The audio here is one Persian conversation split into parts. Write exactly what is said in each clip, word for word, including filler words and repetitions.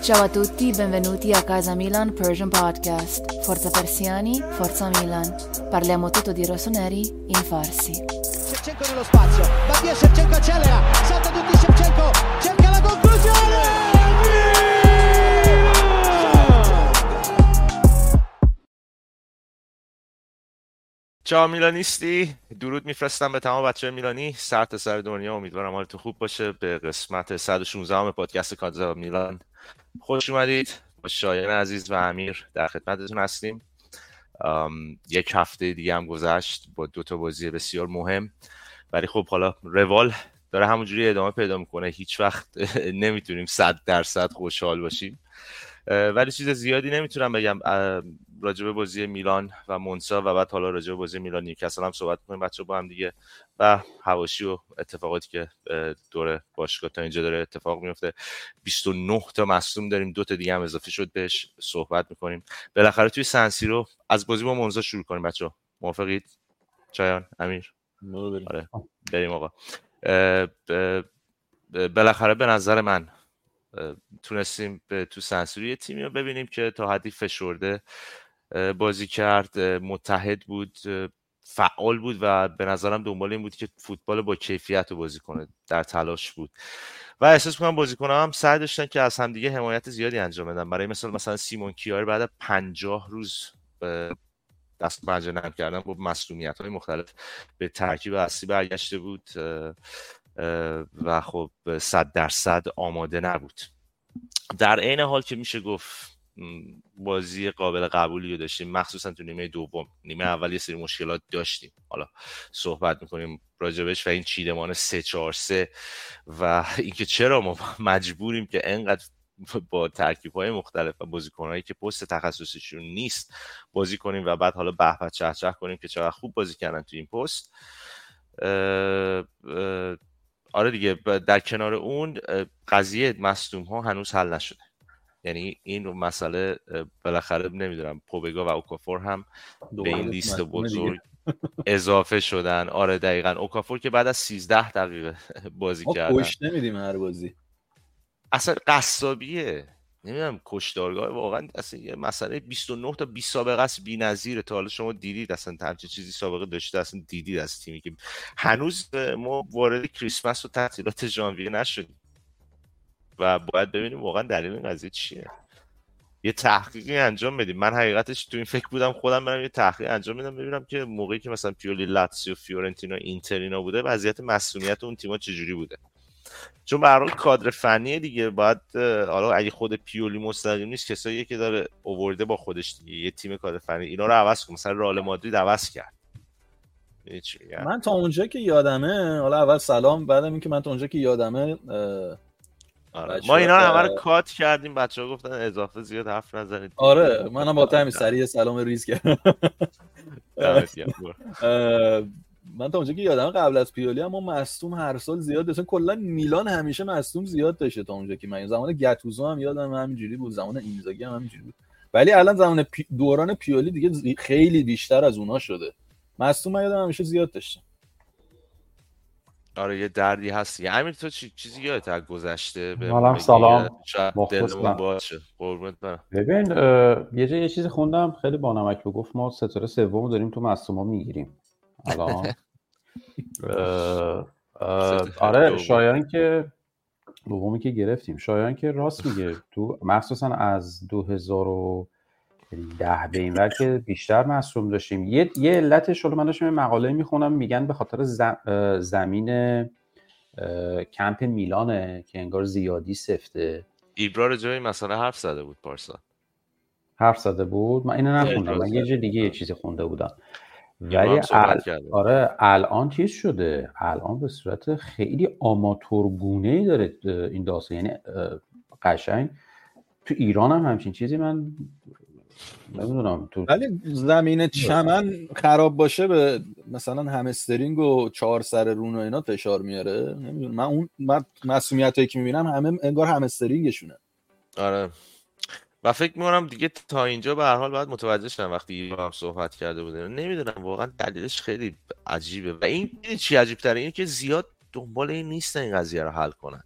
Ciao a tutti, benvenuti a Casa Milan Persian Podcast. Forza Persiani, Forza Milan. Parliamo tutto di rossoneri in farsi. Shevchenko nello spazio, va via Shevchenko, accelera, salta tutti Shevchenko, cerca la conclusione! چاو میلانیستی درود میفرستم به تمام بچه میلانی سر تا سر دنیا. امیدوارم حالتون خوب باشه. به قسمت صد و شانزده ام پادکست کازا میلان خوش اومدید. با شایان عزیز و امیر در خدمتتون هستیم. یک هفته دیگه هم گذشت با دو تا بازی بسیار مهم، ولی خب حالا روال داره همونجوری ادامه پیدا میکنه. هیچ وقت نمیتونیم صد درصد خوشحال باشیم، ولی چیز زیادی نمیتونم بگم راجع به بازی میلان و مونسا و بعد حالا راجع به بازی میلان نیوکاسل هم صحبت کنیم بچه‌ها با هم دیگه و حواشی و اتفاقاتی که دور باشگاه تا اینجا داره اتفاق میفته. بیست و نه تا مصدوم داریم، دو تا دیگه هم اضافه شد بهش صحبت میکنیم. بالاخره توی سنسیرو از بازی با مونزا شروع کنیم بچه‌ها. موافقید؟ شایان، امیر؟ آره بریم آقا. بالاخره به نظر من تونستیم به تو سنسیرو یه تیمی رو ببینیم که تا حدی فشرده بازی کرد، متحد بود، فعال بود و به نظرم دنبال این بود که فوتبال با کیفیت رو بازی کنه، در تلاش بود و احساس می‌کنم بازیکن‌ها هم سعی داشتن که از هم دیگه حمایت زیادی انجام بدن. برای مثال مثلا سیمون کیار بعد پنجاه روز دست پنجه نرم کردن با مسئولیت‌های مختلف به ترکیب اصلی برگشته بود و خب صد درصد آماده نبود. در عین حال که میشه گفت بازی قابل قبولی رو داشتیم، مخصوصا تو نیمه دوم. نیمه اول یه سری مشکلات داشتیم، حالا صحبت میکنیم راجبش، و این چیدمان سه چهار سه و اینکه چرا ما مجبوریم که انقدر با ترکیب‌های مختلف و بازیکنایی که پست تخصصیشون نیست بازی کنیم و بعد حالا به به چه چه کنیم که چقدر خوب بازی کردن تو این پست. اه اه آره دیگه. در کنار اون قضیه مصدوم ها هنوز حل نشده، یعنی این مسئله بالاخره نمیدونم پوبگا و اوکافور هم به این لیست بزرگ اضافه شدن. آره دقیقاً. اوکافور که بعد از سیزده دقیقه بازی کردن، کش نمیدیم هر بازی، اصلا قصابیه، نمیدونم کشدارگاه واقعا. اصلا یه مسئله بیست و نه تا بیست سابقه است بی‌نظیره. تا حالا شما دیدید اصلا همچین چیزی سابقه داشته اصلا دیدید از تیمی که هنوز ما وارد کریسمس و تعطیلات ژانویه نشدیم و باید ببینیم واقعا دلیل این قضیه چیه. یه تحقیقی انجام بدیم. من حقیقتش تو این فکر بودم خودم برم یه تحقیق انجام بدم ببینم که موقعی که مثلا پیولی لاتزیو فیورنتینا اینترینا بوده وضعیت مسئولیت اون تیم‌ها چجوری بوده، چون به هر حال کادر فنی دیگه باید، حالا اگه خود پیولی مستقیم نیست، کسایی که داره آورده با خودش دیگه یه تیم کادر فنی اینا رو عوض کنه. مثلا رئال مادرید عوض کرد. من تا اونجا که یادمه، حالا اول سلام، بعدم اینکه من تا اونجا که یادمه آره. ما اینا رو همه رو کات کردیم، بچه‌ها گفتن اضافه زیاد حرف نزنید. آره منم با تایم سریع سلام ریز کردم. من تا اونجا که یادم قبل از پیولی هم ما مصدوم هر سال زیاد داشتن. کلا میلان همیشه مصدوم زیاد داشته تا اونجا که من زمان گاتوزو هم یادم همینجوری بود، زمان اینزاگی هم همینجوری بود، ولی الان زمان پی... دوران پیولی دیگه خیلی بیشتر از اونها شده. مصدوم من یادم همیشه زیاد داشتم. آره یه دردی هست. یه امیر تو چی... چیزی یادت از گذشته؟ به سلام دلمون باشه. قربونت برم. ببین یه جا یه چیزی خوندم خیلی بانمک بود، گفت ما ستاره سومو داریم تو مصدوما میگیریم الان. اه، اه، آره شایان که دومی که گرفتیم، شایان که راست میگه، تو مخصوصا از دو هزار و ده به این ور که بیشتر مصدوم داشتیم. یه یه علتش، حالا من داشتم یه مقاله میخونم میگن به خاطر زمین کمپ میلانه که انگار زیادی سفته. ایبرا رو جای مسئله حرف زده بود پارسا. حرف زده بود؟ من اینو نخوندم، من یه جای دیگه یه چیزی خونده بودم. ولی ال... آره الان چیز شده، الان به صورت خیلی آماتورگونه‌ای داره این داستان، یعنی قشنگ تو ایران هم همچین چیزی من نمیدونم. تو ولی زمین چمن خراب باشه به مثلا همسترینگ و چهار سر رون و اینا فشار میاره. نمیدونم، من اون مسئولیتایی که میبینم همه انگار همسترینگشونه. آره و فکر می‌کنم دیگه تا اینجا به هر حال باید متوجه شدن وقتی با هم صحبت کرده بودیم. نمیدونم واقعا دلیلش خیلی عجیبه و این چی عجیب‌تره اینه که زیاد دنبال این نیستن این قضیه رو حل کنن.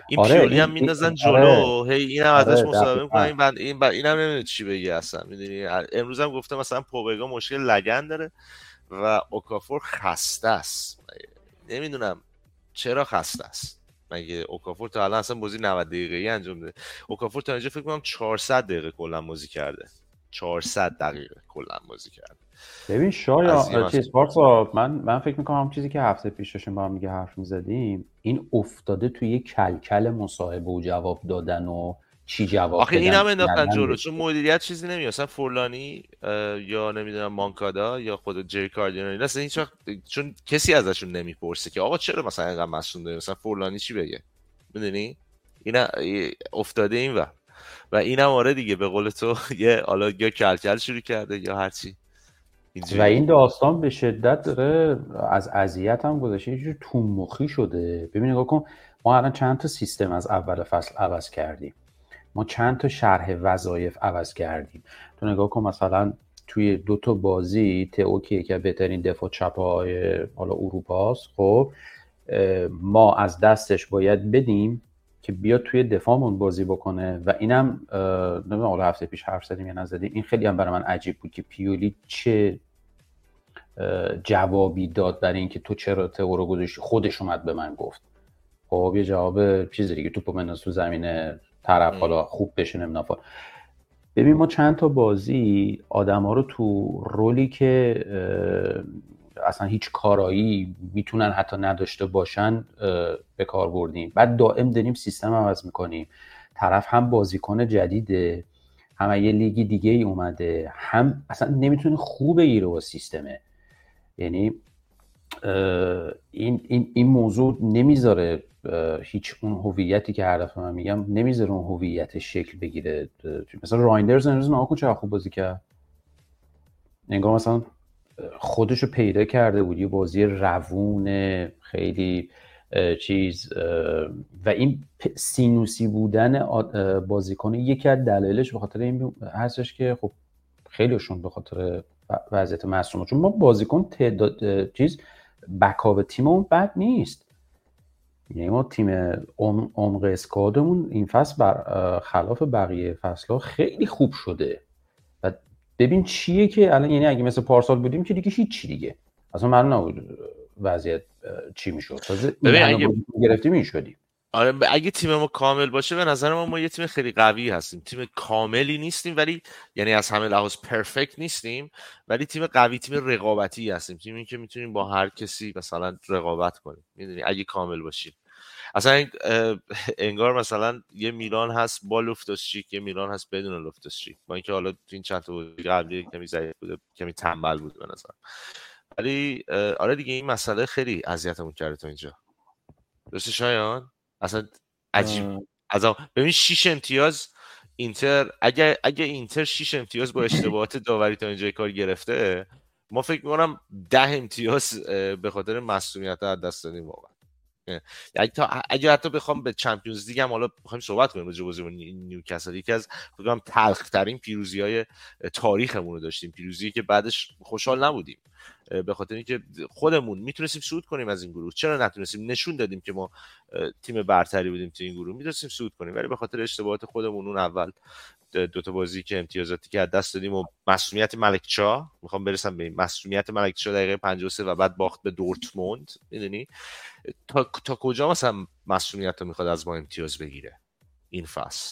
این آره پیولی هم این میندازن جلو، آره هی اینم ازش آره مصاحبه میکنن، دقیقاً. این بند این بند اینم نمیدونه چی بگی اصلا، میدونی. امروز هم گفته مثلا پوبگا مشکل لگن داره و اوکافور خسته است. نمیدونم چرا خسته است. مگه اوکافور تا الان اصلا بازی نود دقیقه‌ای انجام داده؟ اوکافور تا اینجا فکر کنم چهارصد دقیقه کلا بازی کرده. چهارصد دقیقه کلا بازی کرده. ببین شایا چیز پارسا، من من فکر میکنم هم چیزی که هفته پیش داشتیم با هم دیگه حرف میزدیم، این افتاده توی یک کلکل مصاحبه و جواب دادن و چی جواب آخه بدن. اینم انداختن جلو چون مدیریت چیزی نمیاد. مثلا فورلانی یا نمیدونم مانکادا یا خود جری کاردینالی اصلا هیچ وقت، چون کسی ازشون نمیپرسه که آقا چرا مثلا اینقدر مصدوم داری، مثلا فورلانی چی بگه، میدونی. اینا افتاده این و و اینم آره دیگه به قول تو یه حالا یا کلکل شروع کرده یا هر چی. و این داستان به شدت داره از اذیت هم گذاشته، یه جور تون مخی شده. ببین نگاه کن، ما الان چند تا سیستم از اول فصل عوض کردیم، ما چند تا شرح وظایف عوض کردیم. تو نگاه کن مثلا توی دو تا بازی تئو که بهترین دفاع چپ‌های حالا اروپا است، خب ما از دستش باید بدیم که بیاد توی دفاعمون بازی بکنه و اینم نمیدونم حالا هفته پیش حرف زدیم یا نزدیم، این خیلی هم برای من عجیب بود که پیولی چه جوابی داد برای اینکه تو چرا تئو رو گذاشتی. خودش اومد به من گفت، خب یه جواب چیزی دیگه، توپو بنداز تو زمین طرف حالا خوب بشه نمیدونم. ببین ما چند تا بازی آدما رو تو رولی که اصلا هیچ کارایی میتونن حتی نداشته باشن به کار بردیم، بعد دائم داریم سیستم عوض میکنیم. طرف هم بازیکن جدیده، هم یه لیگی دیگه ای اومده، هم اصلا نمیتونه خوب بگیره با سیستمه. یعنی این این این موضوع نمیذاره هیچ اون هویتی که هر دفعه من میگم، نمیذاره اون هویت شکل بگیره. مثلا رایندرز امروز ناکن چه خوب بازی کرد، انگار مثلا خودشو پیدا کرده بود، یه بازی روون خیلی چیز. و این سینوسی بودن بازیکن یکی از دلایلش به خاطر این هستش که خب خیلیشون به خاطر وضعیت مصدوم، چون ما بازیکن تعداد چیز بکاپ تیممون بد نیست. یعنی ما تیم عمق اسکوادمون این فصل بر خلاف بقیه فصل‌ها خیلی خوب شده. و ببین چیه که الان، یعنی اگه مثل پارسال بودیم که دیگه هیچ دیگه اصلا معلوم نبود وضعیت چی میشد. تازه ببین اگه گرفتیم این شدیم. آره اگه تیم ما کامل باشه به نظر ما ما یه تیم خیلی قوی هستیم. تیم کاملی نیستیم ولی یعنی از همه لحاظ پرفکت نیستیم، ولی تیم قوی، تیم رقابتی هستیم، تیمی که میتونیم با هر کسی مثلا رقابت کنیم، میدونی اگه کامل باشیم. اصلا انگار مثلا یه میلان هست با لوفتوسچیک، یه میلان هست بدون لوفتوسچیک، با اینکه حالا تو این چند تا بازی قبلی کمی ضعیف بوده، کمی تنبل بود به نظر. ولی آره دیگه این مسئله خیلی اذیتمون کرده تا اینجا. درسته شایان؟ اصلا عجیب. از ببین شش امتیاز اینتر، اگه اگه اینتر شش امتیاز با اشتباهات داوری تا اینجای کار گرفته، ما فکر می‌کنم ده امتیاز به خاطر معصومیت از دست دادیم واقعا. یعنی تا اگه حتی بخوام به چمپیونز لیگ هم حالا بخوایم صحبت کنیم راجع به بازی نیوکاسل، یکی از فکر کنم تلخ‌ترین پیروزی‌های تاریخمون رو داشتیم، پیروزی که بعدش خوشحال نبودیم به خاطر اینکه خودمون میتونستیم صعود کنیم از این گروه. چرا نتونستیم؟ نشون دادیم که ما تیم برتری بودیم تو این گروه، میتونستیم صعود کنیم، ولی به خاطر اشتباهات خودمون اون اول دو تا بازی که امتیازاتی که از دست دادیم و مسئولیت ملکچا، میخوام برسم به این مسئولیت ملکچا دقیقه پنجاه و سه و بعد باخت به دورتموند، میدونی تا تا کجا مثلا مسئولیت رو میخواد از ما امتیاز بگیره این فصل.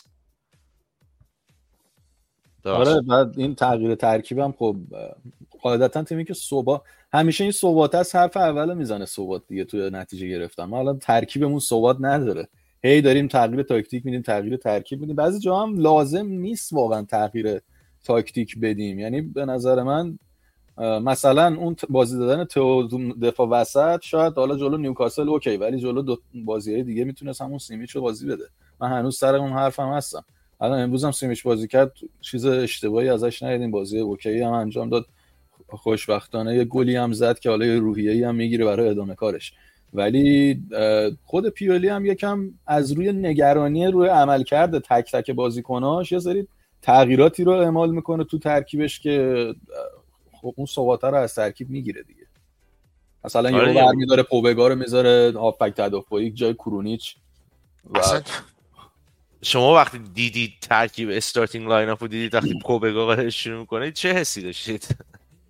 آره بعد این تغییر ترکیبم خب قاعدتا تیمی که ثبات، همیشه این ثبات است حرف اول میزنه ثبات دیگه توی نتیجه گرفتن. ما الان ترکیبمون ثبات نداره، هی داریم تغییر تاکتیک میدیم، تغییر ترکیب میدیم، بعضی جا هم لازم نیست واقعا تغییر تاکتیک بدیم. یعنی به نظر من مثلا اون بازی دادن تو دفاع وسط شاید حالا جلو نیوکاسل اوکی، ولی جلو دو بازی‌های دیگه میتونست همون سیمیچ رو بازی بده. من هنوز سر اون حرفم هستم. الان امروز هم سیمیچ بازی کرد، چیز اشتباهی ازش ندیدیم، بازی اوکی هم انجام داد، خوشبختانه یه گلی هم زد که حالا یه روحیه‌ای هم میگیره برای ادامه کارش. ولی خود پیولی هم یکم از روی نگرانی روی عملکرد تک تک بازیکناش یه سری تغییراتی رو اعمال میکنه تو ترکیبش که خب اون ثبات رو از ترکیب میگیره دیگه. مثلا یهو برمی‌داره پوبگا رو میذاره هافبک تدافعی جای کرونیچ، اصلا شما وقتی دیدید ترکیب استارتینگ لاین اپ رو دیدید وقتی پوبگا شروع میکنه چه حسی داشتید؟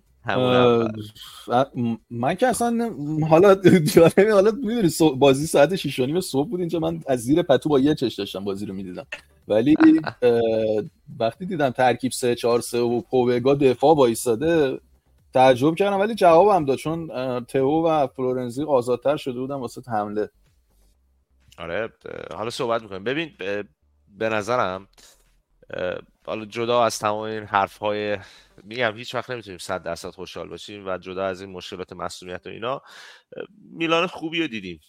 من که اصلا حالا جالبه، حالا میدونی بازی ساعت شش و نیم صبح بود اینجا، من از زیر پتو با یه چش داشتم بازی رو میدیدم، ولی وقتی دیدم ترکیب سه چهار سه و پوبگا دفاع وایساده تعجب کردم، ولی جوابم داد چون تئو و فلورنزی آزادتر شده بودن واسه حمله. آره حالا صحبت میکنیم. ببین به نظرم حالا جدا از تمام این حرف‌های، میگم هیچ وقت نمیتونیم صد درصد خوشحال باشیم و جدا از این مشکلات معصومیت و اینا، میلان خوبی رو دیدیم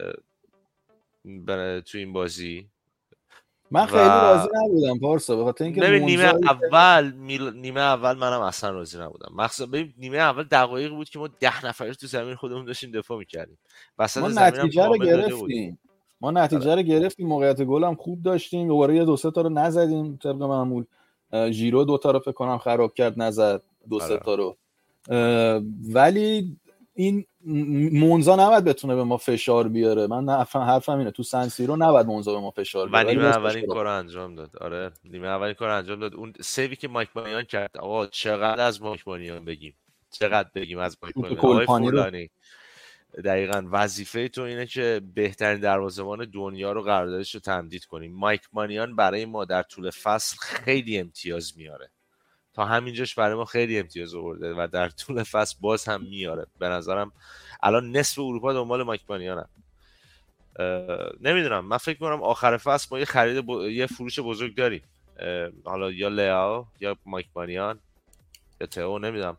تو این بازی. من خیلی و... راضی نبودم پارسا، به خاطر اینکه ببین نیمه اول میل... نیمه اول منم اصلا راضی نبودم، مخصوصا ببین نیمه اول دقایقی بود که ما ده نفر تو زمین خودمون داشتیم دفاع می‌کردیم، وسط ما زمینم نتیجه رو گرفتیم ما نتیجه رو گرفتیم موقعیت گل هم خوب داشتیم، دوباره یه دو سه تا رو نزدیم طبق معمول. ژیرو دو تا رو فکر کنم خراب کرد، نزد دو سه تا رو، ولی این مونزا نباید بتونه به ما فشار بیاره. من حرفم اینه تو سن سیرو نباید مونزا به ما فشار بیاره. و نیمه اول این کارو انجام داد. آره نیمه اول این کارو انجام داد. اون سیوی که مایک مانیان کرد، آقا چقدر از مایک مانیان بگیم، چقدر بگیم از مایک مانیان. آقای فولانی دقیقاً وظیفه تو اینه که بهترین دروازه‌بان دنیا رو قراردادش رو تمدید کنیم. مایک مانیان برای ما در طول فصل خیلی امتیاز میاره، تا همینجاش برای ما خیلی امتیاز آورده و در طول فصل باز هم میاره. به نظرم الان نصف اروپا دنبال مایک مانیانه. نمیدونم، من فکر می‌کنم آخر فصل ما یه خرید ب... یه فروش بزرگ داریم، حالا یا لیاو یا مایک مانیان یا تئو، نمیدونم.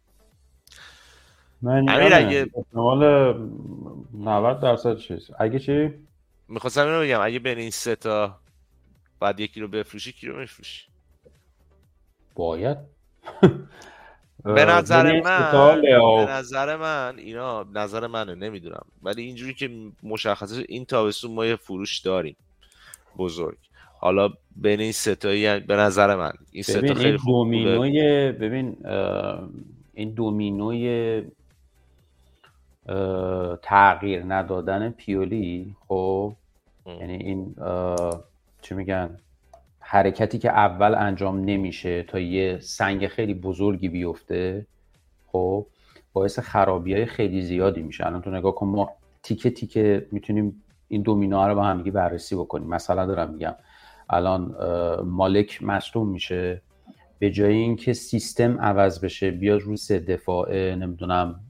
من امیر اگه احتمال نود درصد چیز اگه چی می‌خواستم اینو بگم، اگه بین این سه تا بعد یکی رو بفروشی کی رو می‌فروشی؟ باید به نظر من به نظر من اینا نظر منه، نمیدونم، ولی اینجوری که مشخصه این تابستون ما یه فروش داریم بزرگ. حالا بین این سه تایی به نظر من این سه تا خیلی خوب دومینوی ببین این دومینوی تغییر ندادن پیولی، خب یعنی این چی میگن حرکتی که اول انجام نمیشه تا یه سنگ خیلی بزرگی بیفته، خب باعث خرابی‌های خیلی زیادی میشه. الان تو نگاه کن، ما تیکه تیکه میتونیم این دومینوها رو با هم دیگه بررسی بکنیم. مثلا دارم میگم الان مالک مصدوم میشه، به جای اینکه سیستم عوض بشه بیاد رو سه دفاعه، نمیدونم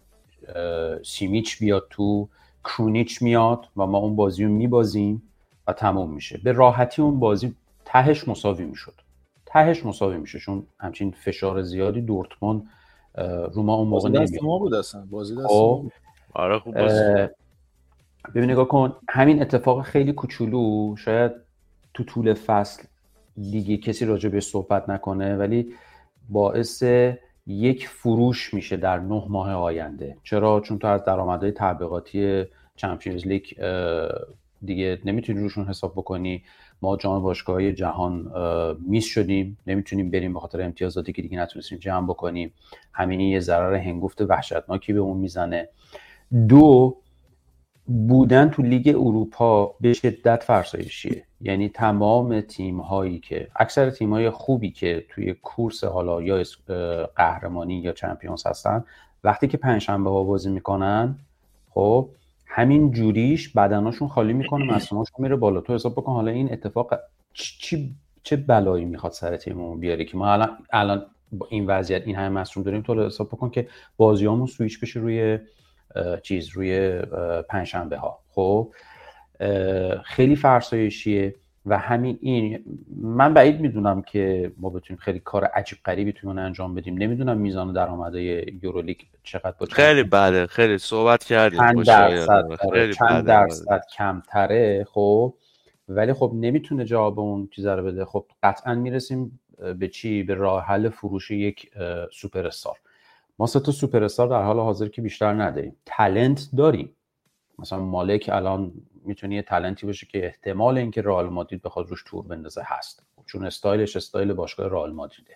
سیمیچ بیاد تو، کرونیچ میاد و ما اون بازی رو میبازیم و تموم میشه. به راحتی اون بازی تهش مساوی میشد تهش مساوی میشه چون همچین فشار زیادی دورتموند رو ما اون موقع نمیاد. ما بود اصلا بازی دست ما بود. آره خوب بازی. ببین نگاه کن، همین اتفاق خیلی کوچولو شاید تو طول فصل دیگه کسی راجع به صحبت نکنه، ولی باعث یک فروش میشه در نه ماه آینده. چرا؟ چون تو از درآمدهای تبلیغاتی چمپیونز لیگ دیگه نمیتونی روشون حساب بکنی. ما جام باشگاه‌های جهان میس شدیم، نمیتونیم بریم به خاطر امتیازاتی که دیگه نتونستیم جمع بکنیم. همین یه ضرر هنگفت وحشتناکی به اون میزنه. دو، بودن تو لیگ اروپا به شدت فرسایشیه. یعنی تمام تیم‌هایی که اکثر تیم‌های خوبی که توی کورس حالا یا قهرمانی یا چمپیونز هستن، وقتی که پنجشنبه ها بازی میکنن، خب همین جوریش بدناشون خالی میکنه، مصوناشون میره بالا. تو حساب بکن حالا این اتفاق چی چه بلایی میخواد سر تیممون بیاره که ما الان الان با این وضعیت این همه مصون داریم. تو حساب بکن که بازیامون سویچ بشه روی چیز روی پنجشنبه ها. خب خیلی فرسایشیه و همین این من بعید میدونم که ما بتونیم خیلی کار عجیب غریبی توی اون انجام بدیم. نمیدونم میزان درآمدهای یورولیگ چقدر باشه. خیلی بده، خیلی صحبت کردیم چند درصد خیلی چند درصد کمتره. خب ولی خب نمیتونه جواب اون چیزا رو بده. خب قطعا میرسیم به چی؟ به راه حل فروش یک سوپر استار. ما سه تا سوپر استار در حال حاضر که بیشتر نداریم. تالنت داریم، مثلا مالک الان میتونه یه تالنتی باشه که احتمال اینکه رئال مادرید بخواد روش تور بندازه هست، چون استایلش استایل باشگاه رئال مادریده.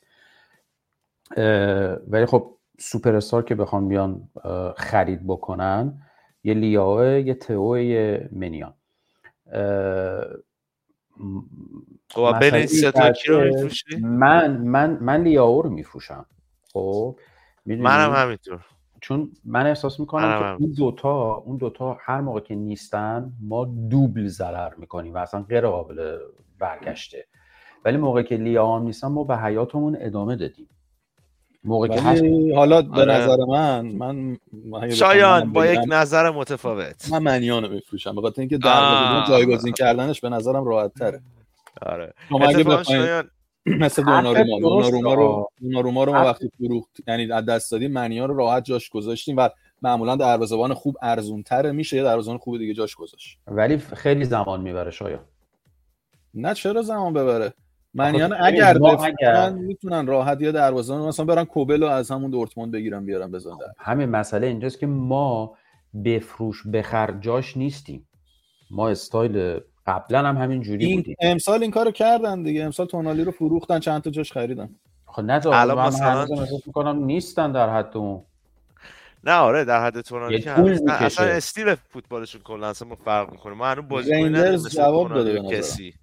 ولی خب سوپر استار که بخوان بیان خرید بکنن، یه لیاو، یه تئو، یه منیان. خب بین این سه تا کی رو میفروشی؟ من من من لیاو رو میفروشم. خب منم همینطور، چون من احساس میکنم که اون دوتا اون دوتا هر موقع که نیستن ما دوبل ضرر میکنیم و اصلا غیر قابل برگشته، ولی موقعی که لیاو هم نیستن ما به حیاتمون ادامه دادیم. موقعی که هست... حالا به آره. نظر من من شایان با یک نظر متفاوت من منیانو میفروشم، به خاطر اینکه در جایگزین کردنش به نظرم راحت تره. آره اتفاقا شایان مثل دوناروما دوناروما رو دوناروما رو ما وقتی فروخت، یعنی از دست دادیم، منیا رو راحت جاش گذاشتیم و معمولا دروازه‌بان خوب ارزون‌تره میشه یه دروازه‌بان خوب دیگه جاش گذاشت، ولی خیلی زمان میبره شایان. نه چرا زمان ببره؟ منیان اگر بفروشن میتونن راحت یه دروازه‌بان مثلا برن کوبل رو از همون دورتموند بگیرن بیارن بزنن. همین مسئله اینجاست که ما بفروش بخر جاش نیستیم. ما استایل قبلا هم همین جوری بودیم. امسال این کارو کردن دیگه، امسال تونالی رو فروختن، چند تا جاش خریدن. خب نه الان مثلا احساس می‌کنم نیستن در حد اون. نه آره در حد تونالی که اصلا استیل فوتبالشون کلا اصلا فرق می‌کنه. ما هنوز بازیکن نداریم جواب داده کسی.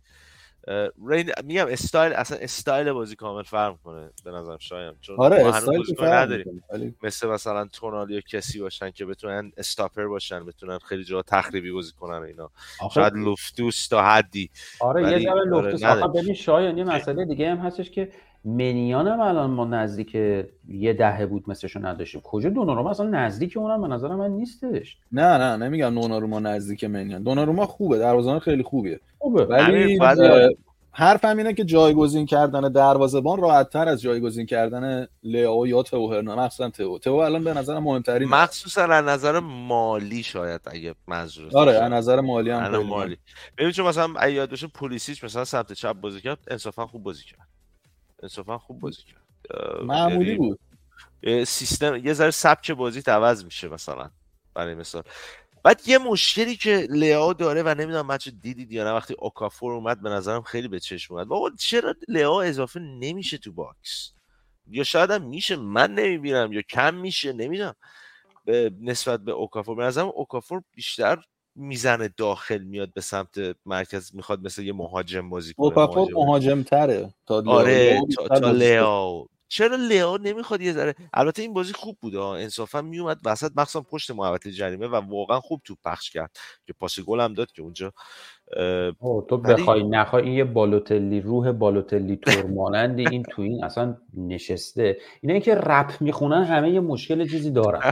رین میگم استایل اصلا استایل بازی کامل فرق می‌کنه به نظرم شایان، چون آره ما هنوز بازیکن نداریم ولی... مثل مثلا تونالی و کسی باشن که بتونن استاپر باشن، بتونن خیلی جا تخریبی بازی کنن اینا. آخه... شاید لوفتوس تا حدی. آره ولی... یه ذره لوفتوس. آخه ببین شایان یه مسئله دیگه هم هستش که منیان هم الان ما نزدیک یه دهه بود مثلشو نداشتیم. کجا دوناروما اصلا نزدیک اونم به نظر من نیستش. نه نه نمیگم دوناروما نزدیک منیان، دوناروما خوبه، دروازه‌بان خیلی خوبیه، خوبه. ولی حرفم اینه که جایگزین کردن دروازه‌بان راحت‌تر از جایگزین کردن لیاو یا تئو هرناندز، مثلا تئو تئو الان به نظرم مهم‌ترین، مخصوصا از نظر مالی شاید اگه منظورت. آره از نظر مالی هم خیلی مالی. ببین چون مثلا اگه یاد باشه پولیسیچ مثلا سمت چپ بازی کرد، انصافا خوب بازی کرد. انصافا خوب بازی کرد. معمولی بود. سیستم یه ذره سبک بازی عوض میشه مثلا برای مثال. بعد یه مشکلی که لیاو داره و نمیدونم بچه دیدید یا نه، وقتی اوکافور اومد به نظرم خیلی به چشم اومد. بابا چرا لیاو اضافه نمیشه تو باکس؟ یا شاید هم میشه من نمیبینم یا کم میشه نمیدونم نسبت به اوکافور. به نظرم اوکافور بیشتر میزنه داخل میاد به سمت مرکز، میخواد مثل یه مهاجم بازی کنه. اوکافور مهاجم تره تا لیاو. آره تا, تا لیاو. چرا لیاو نمیخواد یه ذره؟ البته این بازی خوب بود ها، انصافا میومد وسط مخصوصا پشت محوطه جریمه و واقعا خوب توپ پخش کرد که پاس گل هم داد که اونجا. اوه تو بخوای نخوای این یه بالوتلی روح بالوتلی تور مانندی این تو این اصلا نشسته. اینا که رپ میخونن همه یه مشکل چیزی دارن.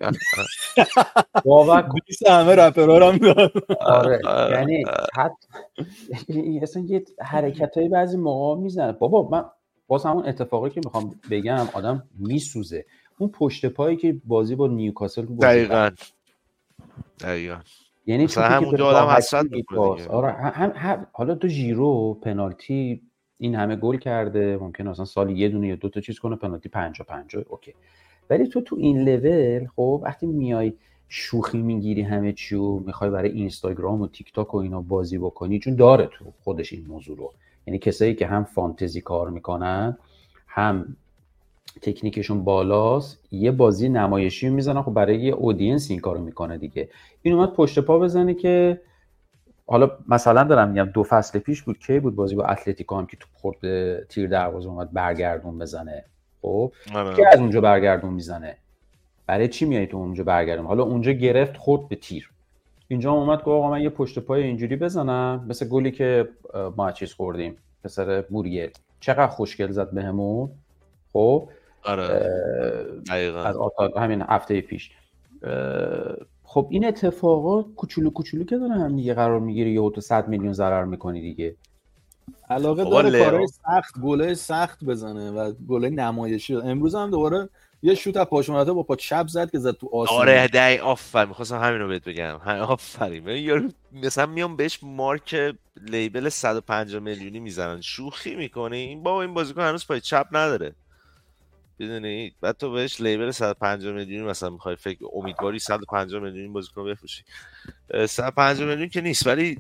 واقعا بیست همه رپرها هم دارن. آره یعنی حتی اصلا یه حرکتای بعضی موقع میزنه. بابا من باز همون اتفاقی که میخوام بگم آدم میسوزه. اون پشت پایی که بازی با نیوکاسل بود دقیقاً دقیقاً یعنی چون همونجا آدم حسرت میکنه. آره هم هم حالا تو ژیرو پنالتی این همه گل کرده، ممکنه اصلا سال یه دونه یا دو تا چیز کنه، پنالتی پنجاه پنجاه اوکی، ولی تو تو این لول خب وقتی میای شوخی میگیری همه چی و میخوای برای اینستاگرام و تیک تاک و اینا بازی بکنی، چون داره تو خودش این موضوع رو، یعنی کسایی که هم فانتزی کار میکنن هم تکنیکشون بالاست یه بازی نمایشی میزنن، خب برای یه اودینس این کارو میکنه دیگه. این اومد پشت پا بزنه که حالا مثلا دارم میگم دو فصل پیش بود کی بود بازی با اتلتیکو هم که تو خورد تیر دروازه اومد برگردون بزنه. خب کی از اونجا برگردون میزنه؟ برای چی میای تو اونجا برگردون؟ حالا اونجا گرفت خورد به تیر، اینجا اومد گفت آقا من یه پشت پای اینجوری بزنم، مثل گلی که ما چیز خوردیم پسر موریه چقدر خوشگل زد بهمون. خب آره دقیقاً از آتا همین هفته پیش. خب این اتفاقات کوچولو کوچولو که داره هم دیگه قرار میگیره، یه تو صد میلیون ضرر میکنی دیگه. علاقه داره کارهای سخت، گله سخت بزنه و گله نمایشی. امروز هم دوباره یه شوت از پاشوناته با پا چپ زد که زد تو آسمون. آره دقیق آفرین، می‌خواستم همین رو بهت بگم. آفرین. یارو مثلا میام بهش مارک لیبل صد و پنجاه میلیونی میزنن، شوخی میکنه این بابا، این بازیکن هنوز پای چپ نداره. بدونی بعد تو بهش لیبل صد و پنجاه میلیونی مثلا میخوای فکر امیدواری صد و پنجاه میلیونی بازیکن بفروشی. صد و پنجاه میلیون که نیست، ولی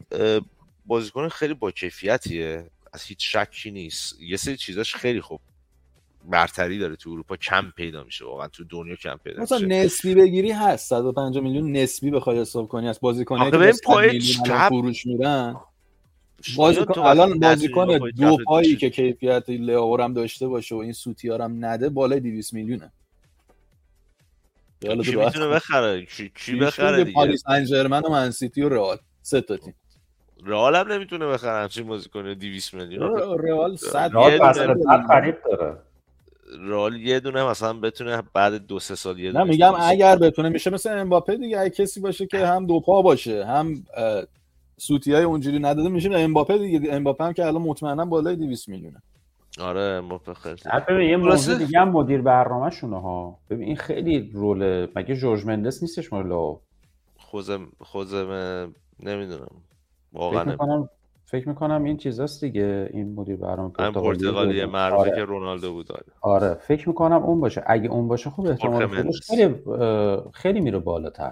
بازیکن خیلی با کیفیتیه، از هیچ شکی نیست. یه سری چیزاش خیلی خوب برتری داره تو اروپا کم پیدا میشه، واقعا تو دنیا کم پیدا مثلا میشه. نسبی بگیری هست صد و پنجاه میلیون نسبی بخوای حساب کنی از بازیکنایی که به صد میلیون فروش میرن. بازیکن الان بازیکن دو پایی که کیفیت لئو هم داشته باشه و این سوتیار هم نده بالای دویست میلیونه. کی میتونه بخره؟ کی, کی بخره دیگه؟ پاریس سن ژرمن و من سیتی و رئال، سه تا تیم. رئال هم نمیتونه بخره همچین بازیکن دویست میلیون. رئال صد میلیون خرید داره. رئال یه دونه مثلا بتونه بعد دو سه سال یه دونه. نه میگم اگر بتونه میشه مثل امباپه دیگه، اگه کسی باشه که هم دو پا باشه هم سوتیای اونجوری نداده میشه امباپه دیگه. امباپه هم که الان مطمئنا بالای دویست میلیونه. آره امباپه خیلی. ببین یه موضوع دیگه هم مدیر برنامه شونه ها. ببین این خیلی رول، مگه جورج مندس نیستش مالا؟ خوزم خوزم نمیدونم واقعا. فکر میکنم فکر میکنم این چیزاست دیگه، این مدیر برنامه پرتغالی معروفه آره. که رونالدو بود. آره. آره فکر میکنم اون باشه. اگه اون باشه خب احتمال خیلی خیلی میره بالاتر.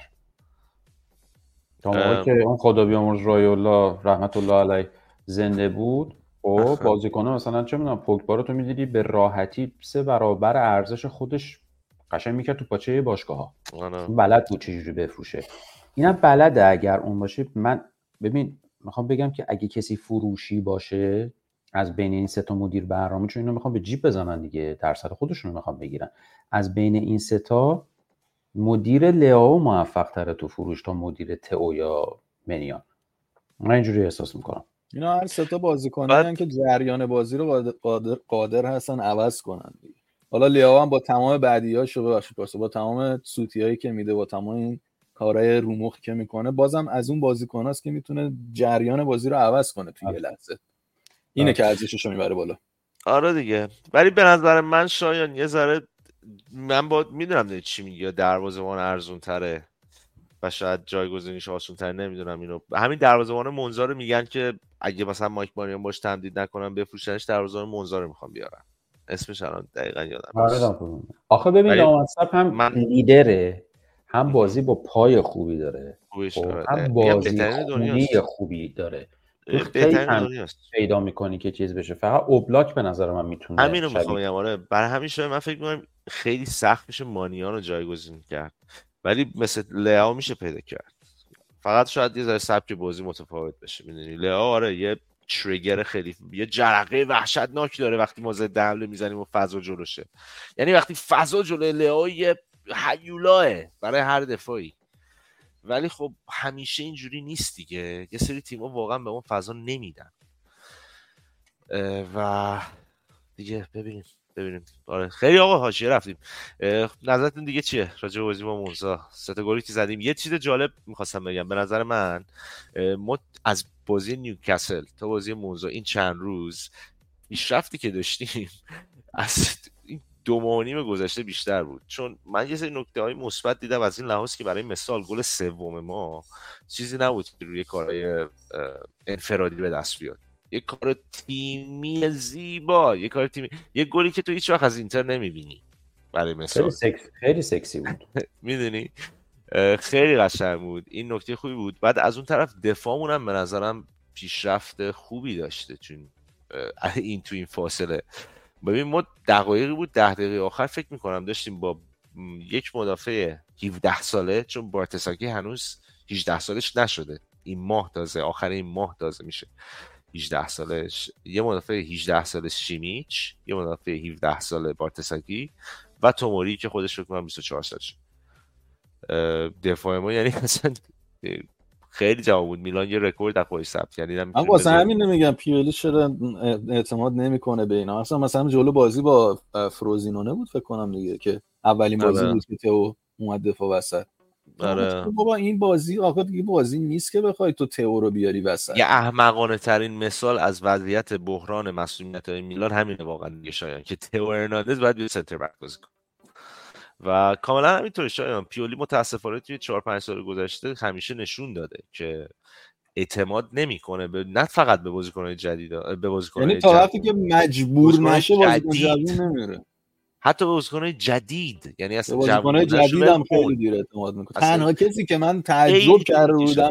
تا موقعی که اون خدا بیامرز رایولا رحمت الله علیه زنده بود و بازیکن‌ها مثلا چه میدونم پوگبا رو تو می‌دیدی به راحتی سه برابر ارزش خودش قشنگ میکرد تو پاچه باشگاه‌ها. بلد بود چجوری بفروشه. اینم بلده اگر اون باشه. من ببین میخوام بگم که اگه کسی فروشی باشه از بین این سه تا مدیر برنامه، چون اینا میخوام به جیب بزنن دیگه، درصد خودشون رو میخوام بگیرن، از بین این سه تا مدیر لئو موفق تره تو فروش تا مدیر تئو یا منیان. من اینجوری احساس میکنم. اینا هر سه تا بازیکنان که جریان بازی رو قادر, قادر هستن عوض کنن دیگه. حالا لئو هم با تمام بعدیاشو ببخشید واسه با تمام سوتیایی که میده، با تمام این کارهای رومخی که میکنه، بازم از اون بازیکناست که میتونه جریان بازی رو عوض کنه توی یه لحظه. اینه که ارزشش رو میبره بالا. آره دیگه. ولی به نظر من شایان یه ذره، من با میدونم چی میگی، دروازه‌بان ارزون تره و شاید جایگزینیش آسون تره، نمیدونم اینو. همین دروازه‌بان مونزا رو میگن که اگه مثلا مایک ماریان باش تمدید نکنن بفروشنش، دروازه‌بان مونزا رو میخوام بیارن. اسمش الان دقیقاً یادم نیست. آخه ببین لامصب هم من... لیدره، هم بازی با پای خوبی داره، هم بازی خوبی خوبی داره. خیلی پیدا میکنی که چیز بشه. فقط اوبلاک به نظر من میتونه همینو میخوام بگم. آره برای همین شاید من فکر میکنم خیلی سخت میشه مانیان رو جایگزین کرد، ولی مثل لئو میشه پیدا کرد. فقط شاید یه ذره سبک بازی متفاوت بشه. میدونی لئو آره یه تریگر خیلی، یه جرقه وحشتناک داره وقتی ما ضد حمله میزنیم و فضا جلوشه. یعنی وقتی فضا جلوی لئو یه هیولاه برای هر دفاعی. ولی خب همیشه اینجوری نیست دیگه. یه سری تیم‌ها واقعا به اون فضا نمیدن. و دیگه ببینیم ببینیم. آره خیلی آقا حاشیه رفتیم. نظرتون دیگه چیه راجع به بازی با مونزا؟ سه تا گلی که زدیم. یه چیز جالب می‌خواستم بگم. به نظر من ما از بازی نیوکاسل تا بازی مونزا این چند روز پیشرفتی که داشتیم از دو ماه و نیم گذشته بیشتر بود. چون من یه سری نکته‌های مثبت دیدم از این لحاظ که برای مثال گل سوم ما چیزی نبود که روی کارهای انفرادی به دست بیاد. یه کار تیمی زیبا، یه کار تیمی، یه گلی که تو هیچ وقت از اینتر نمی‌بینی. برای مثال خیلی سکسی خیلی سکسی بود. میدونی خیلی قشنگ بود. این نکته خوبی بود. بعد از اون طرف دفاعمون هم به نظرم پیشرفت خوبی داشته، چون این تو این فاصله ببین ما دقایقی بود ده دقیقه آخر فکر میکنم داشتیم با یک مدافع هفده ساله، چون بارتساکی هنوز هجده سالش نشده، این ماه تازه آخر این ماه تازه میشه هجده سالش، یه مدافع هجده ساله شیمیچ، یه مدافع هفده ساله بارتساکی و توموری که خودش فکر کنم بیست و چهار سالشه. دفاع ما یعنی اصلا خیلی جواب بود. میلان یه رکورد از خودش ثبت کرد. من واسه همین نمیگم پیولی چرا اعتماد نمیکنه به اینا. مثلا مثلا جلو بازی با فروزینونه بود فکر کنم دیگه که اولین بازی بود که تئو اومد دفاع وسط. آره بابا این بازی آخه دیگه بازی نیست که بخوای تو تئو رو بیاری وسط. یه احمقانه ترین مثال از وضعیت بحران مسئولیت‌های میلان همینه واقعا دیگه شایان، که تئو هرناندز باید بیاد سنتر بک بازی کنه. و کاملا همینطوره شایان. پیولی متاسفانه توی چهار پنج سال گذشته همیشه نشون داده که اعتماد نمیکنه به نه فقط به بازیکن‌های جدید، به بازیکن‌های یعنی تا وقتی که مجبور نشه بازیکن جدید نمیره، حتی به بازیکن‌های جدید. یعنی اصلا بازیکن‌های جدید هم خیلی دیر اعتماد میکنه. تنها کسی که من تعجب کرده بودم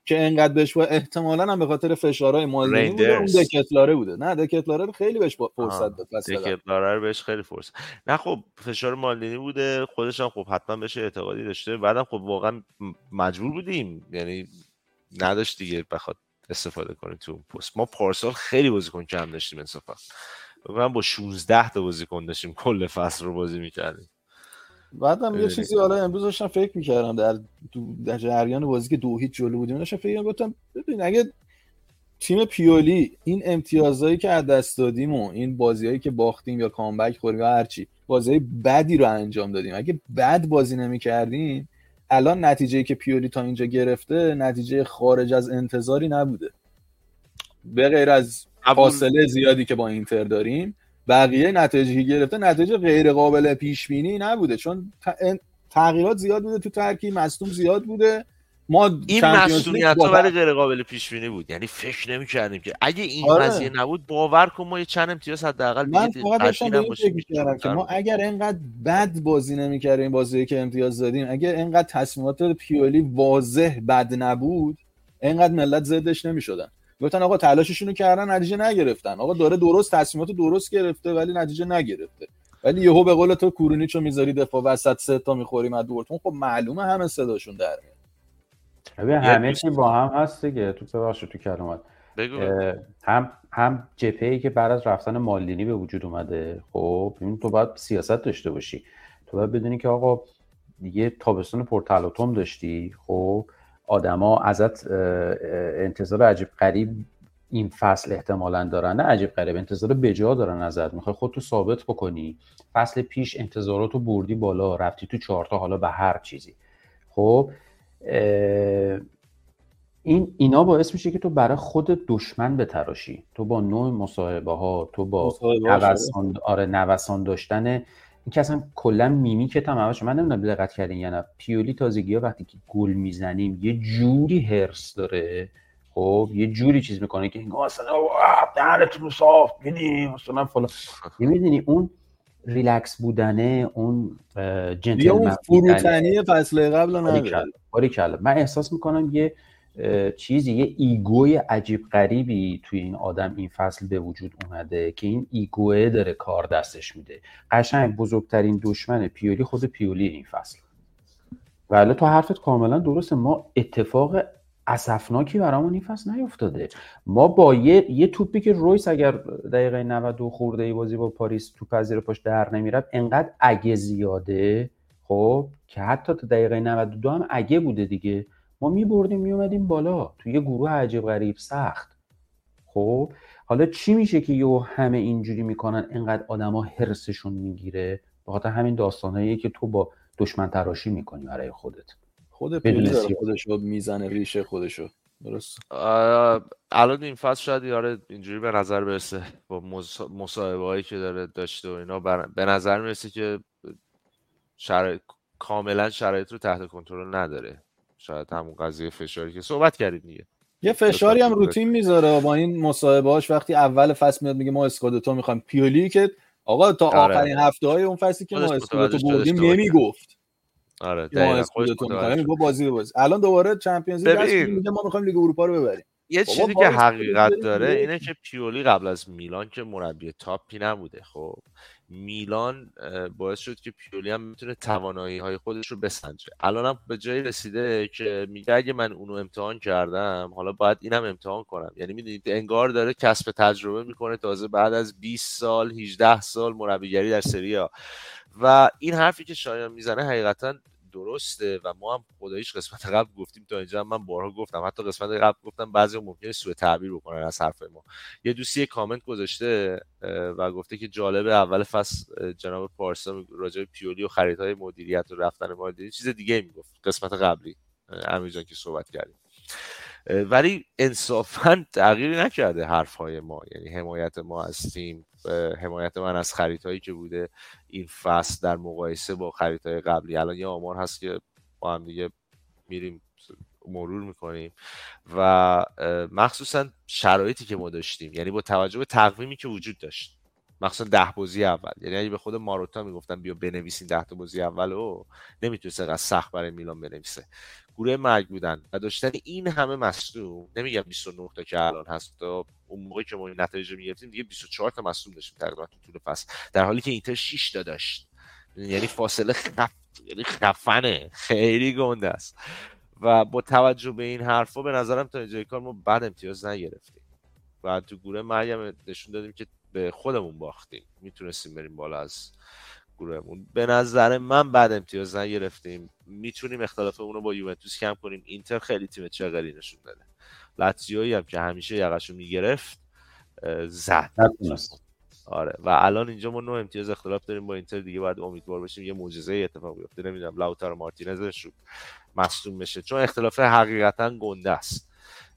که انقدر بهش احتمالاً هم به خاطر فشارهای مالدینی بوده، اون دکتلاره بوده. نه دکتلاره خیلی بهش فرصت داد. دکتلاره رو بهش خیلی فرصت. نه خب فشار مالدینی بوده، خودش هم خب حتما بهش اعتقادی داشته، بعدم خب واقعا مجبور بودیم، یعنی نداشت دیگه بخواد استفاده کنه تو اون پست. ما پارسال خیلی بازیکن کم داشتیم انصافا. من با شانزده تا بازیکن داشتیم کل فصل رو بازی می‌کردیم. بعدم یه چیزی حالا امروز داشتم فکر می‌کردم در در جریان بازی که دو هیچ جلو بودیم، داشتم فکر می‌کردم ببین اگه تیم پیولی این امتیازایی که از دست دادیم و این بازیایی که باختیم یا کامبک خوردیم یا هر چی بازیای بدی رو انجام دادیم، اگه بد بازی نمی‌کردیم الان نتیجه‌ای که پیولی تا اینجا گرفته نتیجه خارج از انتظاری نبوده، به غیر از فاصله زیادی که با اینتر داریم. بقیه نتایجی که گرفته نتیجه غیر قابل پیش بینی نبوده، چون تغییرات زیاد بوده تو ترکیب، مصدوم زیاد بوده. ما این مسئولیت‌ها ولی غیر قابل پیش بینی بود، یعنی فکر نمی‌کردیم که اگه این آره. قضیه نبود باور کن ما یه چند امتیاز حداقل من فقط داشتم به این فکر می‌کردم که ما اگر اینقدر بد بازی نمی‌کردیم، بازی که امتیاز دادیم، اگر اینقدر تصمیمات پیولی واضح بد نبود، اینقدر ملت ضدش نمی‌شدن. گفتن آقا تلاششون رو کردن نتیجه نگرفتن، آقا داره درست تصمیمات درست گرفته ولی نتیجه نگرفته. ولی یهو به قول تو کورونیچو میذاری دفاع وسط سه تا می‌خوریم از دورتموند، خب معلومه همه صداشون در میاد. ببین همه چی با هم هست دیگه. تو ببخشید تو کلمات هم هم جپه‌ای که بعد از رفتن مالدینی به وجود اومده. خب ببین تو باید سیاست داشته باشی، تو باید بدونی که آقا یه تابستون پرتلاطم داشتی، خب آدما ازت انتظار عجیب غریب این فصل احتمالاً دارن، نه عجیب غریب، انتظار بجا دارن ازت، میخوای خودتو ثابت بکنی. فصل پیش انتظاراتو بردی بالا، رفتی تو چهارتا حالا به هر چیزی. خب این اینا باعث میشه که تو برای خود دشمن بتراشی، تو با نوع مصاحبه ها، تو با نوسان آره نوسان داشتن این که اصلا کلا میمیکت هم همش. من نمیدونم دقت کردین یا نه، پیولی تازگی‌ها وقتی که گل میزنیم یه جوری هرس داره، خب یه جوری چیز میکنه که انگار مثلا دهنتون صاف می‌بینی مثلا فلان. می‌بینی اون ریلکس بودنه، اون جنتلمن فروتنی فصل قبل نداره. باریکلا. من احساس میکنم یه چیزی، یه ایگوی عجیب غریبی توی این آدم این فصل به وجود اومده که این ایگوه داره کار دستش میده. قشنگ بزرگترین دشمن پیولی خود پیولی این فصل. ولی تو حرفت کاملا درسته، ما اتفاق اسفناکی برامون این فصل نیفتاده. ما با یه یه توپی که رویس اگر دقیقه نود و دو خورده ای بازی با پاریس توپ از زیر پاش در نمیرفت، انقدر اگه زیاده خب که حتی تا دقیقه نود و دو هم اگه بوده دیگه، ما میبردیم میومدیم بالا توی یه گروه عجیب غریب سخت. خب حالا چی میشه که یهو همه اینجوری میکنن، انقدر آدما هرسشون میگیره؟ به خاطر همین داستاناییه که تو با دشمن تراشی میکنی برای خودت. خود پیولی داره خودشو میزنه ریشه خودشو. درست. الان این فصل شاید یاره اینجوری به نظر برسه با مصاحبه‌هایی که داره داشته و اینا، به نظر میرسه که شرایط کاملا شرایط رو تحت کنترل نداره. شاید همون قضیه فشاری که صحبت کردیم دیگه، یه فشاری هم رو تیم میذاره با این مصاحبه‌هاش. وقتی اول فصل میاد میگه ما اسکودتو میخوایم، پیولی که آقا تا آره. آخرین هفته‌های اون فصلی که ما اسکودتو بردیم نمیگفت. آره دقیقاً خودش متوجه میگه بازی بازی. الان دوباره چمپیونز لیگ میگه ما میخوایم لیگ اروپا رو ببریم. یه چیزی که حقیقت داره اینه که پیولی قبل از میلان که مربی تاپی نبوده. خب میلان باعث شد که پیولی هم میتونه توانایی‌های خودش رو بسنجه. الان هم به جایی رسیده که میگه اگه من اونو امتحان کردم حالا باید اینم امتحان کنم. یعنی میدونید انگار داره کسب تجربه میکنه تازه بعد از بیست سال هجده سال مربیگری در سری آ. و این حرفی که شایان میزنه حقیقتا درسته و ما هم خداییش قسمت قبل گفتیم، تا اینجا هم من بارها گفتم، حتی قسمت قبل گفتم بعضی ممکنه سوء تعبیر بکنن از حرف ما. یه دوستی کامنت گذاشته و گفته که جالب اول فصل جناب پارسا راجع به پیولی و خریدهای مدیریت و رفتن مالدینی چیز دیگه میگفت قسمت قبلی امیر جان که صحبت کردیم، ولی انصافا تغییری نکرده حرفهای ما. یعنی حمایت ما از تیم، حمایت من از خریدهایی که بوده این فصل در مقایسه با خریدهای قبلی، الان یه آمار هست که با هم دیگه میریم مرور میکنیم و مخصوصا شرایطی که ما داشتیم، یعنی با توجه به تقویمی که وجود داشت مخصوصا ده بازی اول. یعنی اگه به خود ماروتا میگفتن بیا بنویسین ده تا بازی اولو، نمیتونست انقدر سخت برای میلان بنویسه. گروه مرگ بودن و داشتن این همه مصدوم، نمیگم بیست و نه تا که الان هست، تا اون موقعی که ما این نتایج رو میگرفتیم دیگه بیست و چهار تا مصدوم داشتیم تقریبا تو طول فصل، در حالی که اینتر شش تا داشت. یعنی فاصله خف... یعنی خفنه، خیلی گنده است. و با توجه به این حرفا به نظرم تا اینجای کار ما بعد امتیاز نگرفتیم و تو گروه مرگ نشون دادیم که به خودمون باختیم، میتونستیم بریم بالا از گروهمون. به نظر من بعد امتیاز نگرفتیم، میتونیم اختلافمون رو با یوونتوس کم کنیم. اینتر خیلی تیم چغری نشون داده، لاتزیویی هم که همیشه یقشو میگرفت زد. آره و الان اینجا ما نه امتیاز اختلاف داریم با اینتر، دیگه باید امیدوار باشیم یه معجزه اتفاق بیفته. نمیدونم لاوتارو مارتینزش رو مصدوم بشه، چون اختلاف حقیقتا گنده است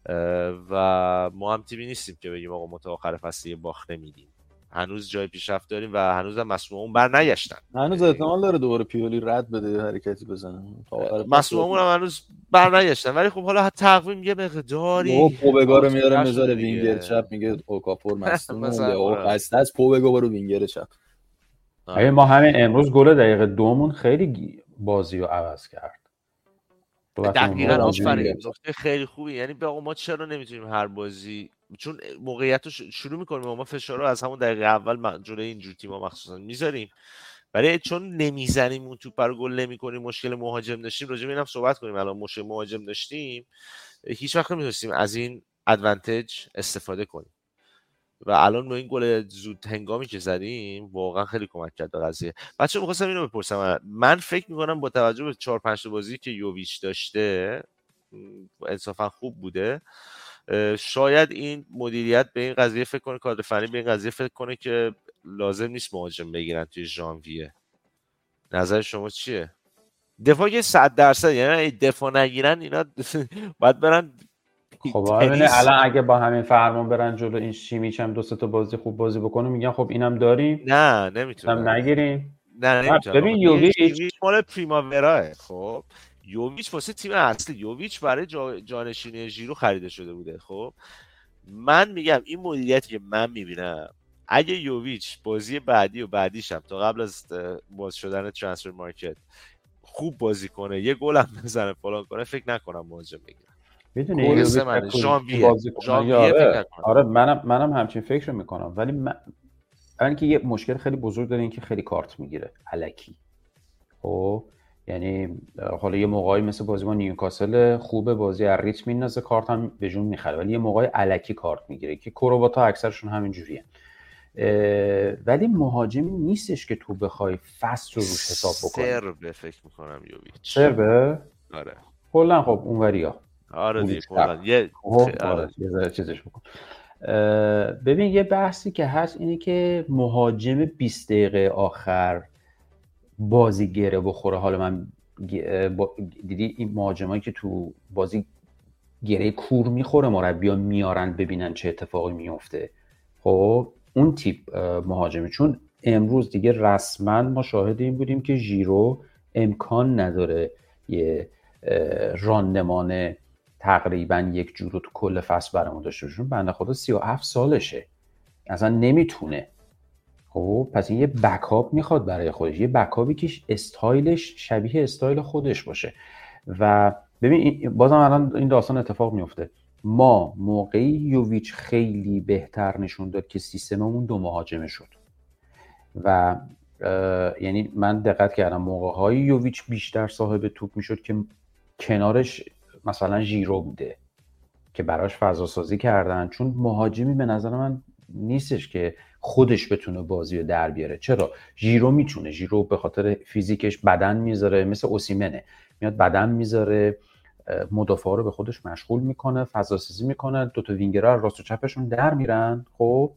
و ما هم تیمی نیستیم که بگیم آقا ما تا آخر فصل باخت نمیدیم. هنوز جای پیشرفت داریم و هنوز هم مصدومون بر نگشتن. هنوز احتمال داره دوباره پیولی رد بده حرکتی بزنه. مصدومون هم هنوز بر نگشتن، ولی خب حالا تقویم یه مقداری او پوبگا رو میاره میذاره وینگر چپ، میگه اوکاپور مصدومه او خسته از پوبگا برو وینگر چپ. اگه ما همین امروز گل دقیقه دومون خیلی بازی رو عوض کرد. دقیقاً آفرین، نکته خیلی خوبی. یعنی به ما چرا نمیتونیم هر بازی، چون موقعیت رو شروع میکنیم ما فشار رو از همون دقیقه اول جلوی اینجور تیم‌ها مخصوصا میذاریم، ولی چون نمیزنیم اون توپ رو گل نمی‌کنیم، مشکل مهاجم داشتیم. راجع به اینم صحبت کنیم. الان مشکل مهاجم داشتیم، هیچ وقت نمی‌تونستیم از این ادوانتج استفاده کنیم و الان با این گل زود هنگامی که زدیم واقعا خیلی کمک کرد به قضیه. بچه‌ها می‌خواستم اینو بپرسم، من فکر می‌کنم با توجه به چهار پنج تا بازی که یوویچ داشته انصافا خوب بوده، شاید این مدیریت به این قضیه فکر کنه، کادر فنی به این قضیه فکر کنه که لازم نیست مهاجم بگیرن توی ژانویه. نظر شما چیه؟ دفاع که صد درصد، یعنی دفاع نگیرن اینا باید برن. خب ببینید الان اگه با همین فرمان برن جلو، این شیمیچ هم دو سه تا بازی خوب بازی بکنه، میگن خب اینم داریم. نه نمیتونن نگیریم. نه نمیتونن. ببین یوویچ مال پریماوراه. خب یوویچ واسه تیم اصلی، یوویچ برای جا... جانشینی ژیرو خریده شده بوده. خب من میگم این مدیریتی که من میبینم، اگه یوویچ بازی بعدی و بعدیش هم تا قبل از باز شدن ترانسفر مارکت خوب بازی کنه، یه گل هم بزنه فلان کنه، فکر نکنم مهاجم بگیره. میدونی ژانویه ژانویه فکر نکنم. آره منم منم همچین فکر میکنم، ولی من الان که یه مشکل خیلی بزرگ داره، این که خیلی کارت میگیره الکی. خب یعنی حالا یه موقعی مثل بازی با نیوکاسل خوبه، بازی از ریتم میندازه، کارت هم به جون میخره، ولی یه موقعی الکی کارت میگیره که کرواتا اکثرشون همین جوریه. ولی مهاجمی نیستش که تو بخوای فست رو روش حساب بکنی. سربه فکر میکنم یوویچ. سربه؟ آره. کلا خب اونوریا. آره دیگه کلا یه آره یه ذره چیزش بکن. ببین یه بحثی که هست اینه که مهاجم بیست دقیقه آخر بازی گره بخوره. حالا من دیدی این مهاجمایی که تو بازی گره کور میخوره مربی‌ها میارن ببینن چه اتفاقی میفته. خب اون تیپ مهاجمه، چون امروز دیگه رسما ما شاهد این بودیم که ژیرو امکان نداره یه راندمان تقریبا یک جور رو تو کل فصل برامون داشته باشه. بنده خدا سی و هفت سالشه، اصلا نمیتونه. خب پس این یه بکاپ میخواد برای خودش، یه بکاپی که استایلش شبیه استایل خودش باشه. و ببین بازم الان این داستان اتفاق میفته. ما موقعی یوویچ خیلی بهتر نشون داد که سیستممون دو مهاجمه شد و یعنی من دقت کردم موقع‌های یوویچ بیشتر صاحب توپ میشد که کنارش مثلا ژیرو بوده که براش فضا سازی کردن، چون مهاجمی به نظر من نیستش که خودش بتونه بازی رو در بیاره. چرا؟ ژیرو میتونه، ژیرو به خاطر فیزیکش بدن میذاره، مثل اوسیمنه میاد بدن میذاره، مدافعا رو به خودش مشغول میکنه، فضا سازی میکنه، دو تا وینگرها راست و چپشون در میرن، خب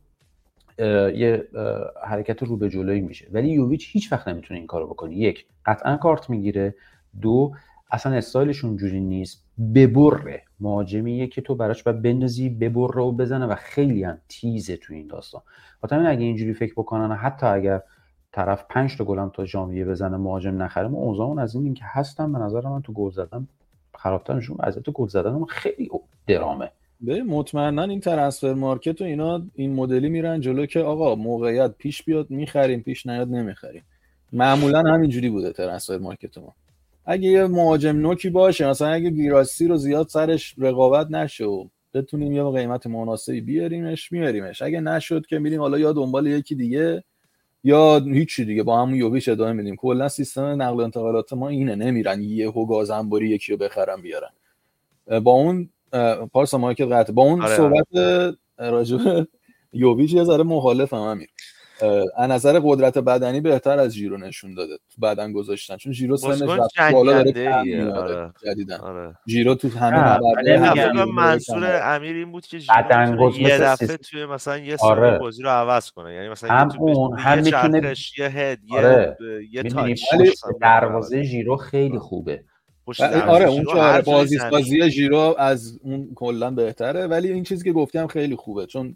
یه حرکت رو به جلویی میشه. ولی یوویچ هیچ وقت نمیتونه این کارو بکنه. یک، قطعا کارت میگیره، دو، اصلا استایلش اونجوری نیست. ببره، مهاجمیه که تو براش باید بندازی ببره و بزنه و خیلی هم تیزه تو این داستان. حتی اگه اینجوری فکر بکنن، حتی اگر طرف پنج تا گل هم تا ژانویه بزنه مهاجم نخره، ما اوضاعمون از این که هستن به نظر من تو گل زدن خرابتر میشون. از تو گل زدن ما خیلی درامه به مطمئنا این ترنسفر مارکت و اینا این مدلی میرن جلو که آقا موقعیت پیش بیاد میخریم، پیش نیاد نمیخریم. معمولا همینجوری بوده ترنسفر مارکت ما. اگه یه مهاجم نوکی باشه، مثلا اگه گیراسی رو زیاد سرش رقابت نشه و بتونیم یه قیمت مناسبی بیاریمش میاریمش، اگه نشد که میریم حالا یا دنبال یکی دیگه یا هیچی دیگه با همون یوویچ ادامه میدیم. کلا سیستم نقل و انتقالات ما اینه، نمیرن یهو گازنبوری یکی رو بخرن بیارن. با اون پارسا مارکت قطع با اون آره صحبت راجع به یوویچ یه ذره مخالفم امیر. از نظر قدرت بدنی بهتر از ژیرو نشون داده تو بدن گذاشتن، چون ژیرو سنش رفت بالا داره کم میاد. آره. جدیدن آره. ژیرو تو همه نبرده منظور امیر این بود که ژیرو یه دفعه توی مثلا یه سال آره. بازی رو عوض کنه، یعنی مثلا هم اون هم میتونه یه هد آره. یه تاچ. دروازه ژیرو خیلی خوبه. آره اون که آره بازی سازی ژیرو از اون کلا بهتره، ولی این چیزی که گفتم خیلی خوبه، چون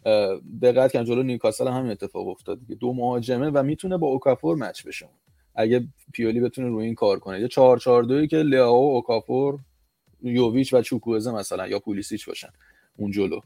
دقت کن جلو نیوکاسل هم همین اتفاق افتاد دیگه، دو مهاجمه و میتونه با اوکافور مچ بشه اگه پیولی بتونه روی این کار کنه. یه چهار چهار دو که لیاو، اوکافور، یوویچ و چوکوزه مثلا یا پولیسیچ باشن اون جلو،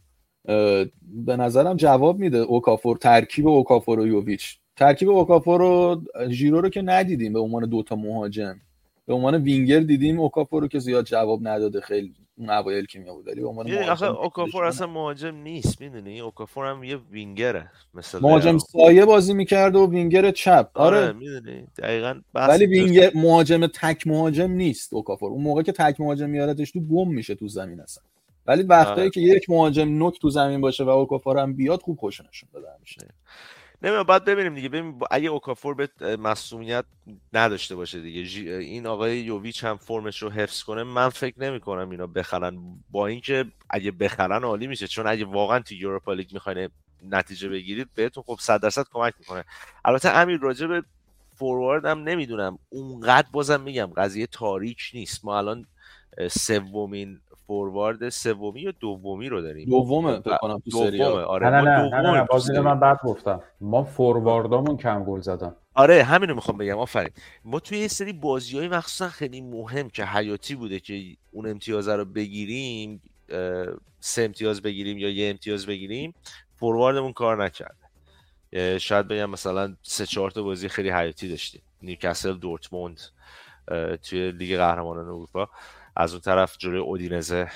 به نظرم جواب میده. اوکافور ترکیب اوکافور و یوویچ، ترکیب اوکافور و ژیرو رو که ندیدیم به عنوان دوتا مهاجم، به عنوان وینگر دیدیم اوکافور رو که زیاد جواب نداده خیلی اون اوایل که میاد، ولی به عنوان مهاجم آخه اوکافور اصلا مهاجم نیست، میدونی اوکافور هم یه وینگره، مثلا مهاجم سایه بازی میکرد و وینگر چپ. آره, آره میدونی دقیقاً، ولی وینگر مهاجم تک مهاجم نیست اوکافور. اون موقع که تک مهاجم میارتش تو گم میشه تو زمین اصلا، ولی وقتایی آره. که یک مهاجم نوک تو زمین باشه و اوکافور هم بیاد خوب خوش نشون داده میشه. نمیدونم بعد ببینیم دیگه، ببین اگه اوکافور به معصومیت نداشته باشه دیگه، این آقای یوویچ هم فرمش رو حفظ کنه، من فکر نمی کنم اینا بخرن. با اینکه اگه بخرن عالی میشه، چون اگه واقعا تو یوروپا لیگ میخواین نتیجه بگیرید بهتون خب صد درصد کمک میکنه. البته امیر راجع به فوروارد هم نمیدونم اونقدر، بازم میگم قضیه تاریک نیست. ما الان سومین فوروارد سومی یا دومی رو داریم، دومه فکر کنم تو سری آ. آره نه نه ما نه نه, نه بازی من بعد گفتم ما فورواردامون کم گل زدن. آره همینو میخوام بگم، آفرین. ما توی یه سری بازی‌های مخصوصا خیلی مهم که حیاتی بوده که اون امتیاز رو بگیریم، سه امتیاز بگیریم یا یه امتیاز بگیریم، فورواردمون کار نکرده. شاید بگم مثلا سه چهار تا بازی خیلی حیاتی داشتیم، نیوکاسل، دورتموند توی لیگ قهرمانان اروپا، از اون طرف جلوی اودینزه.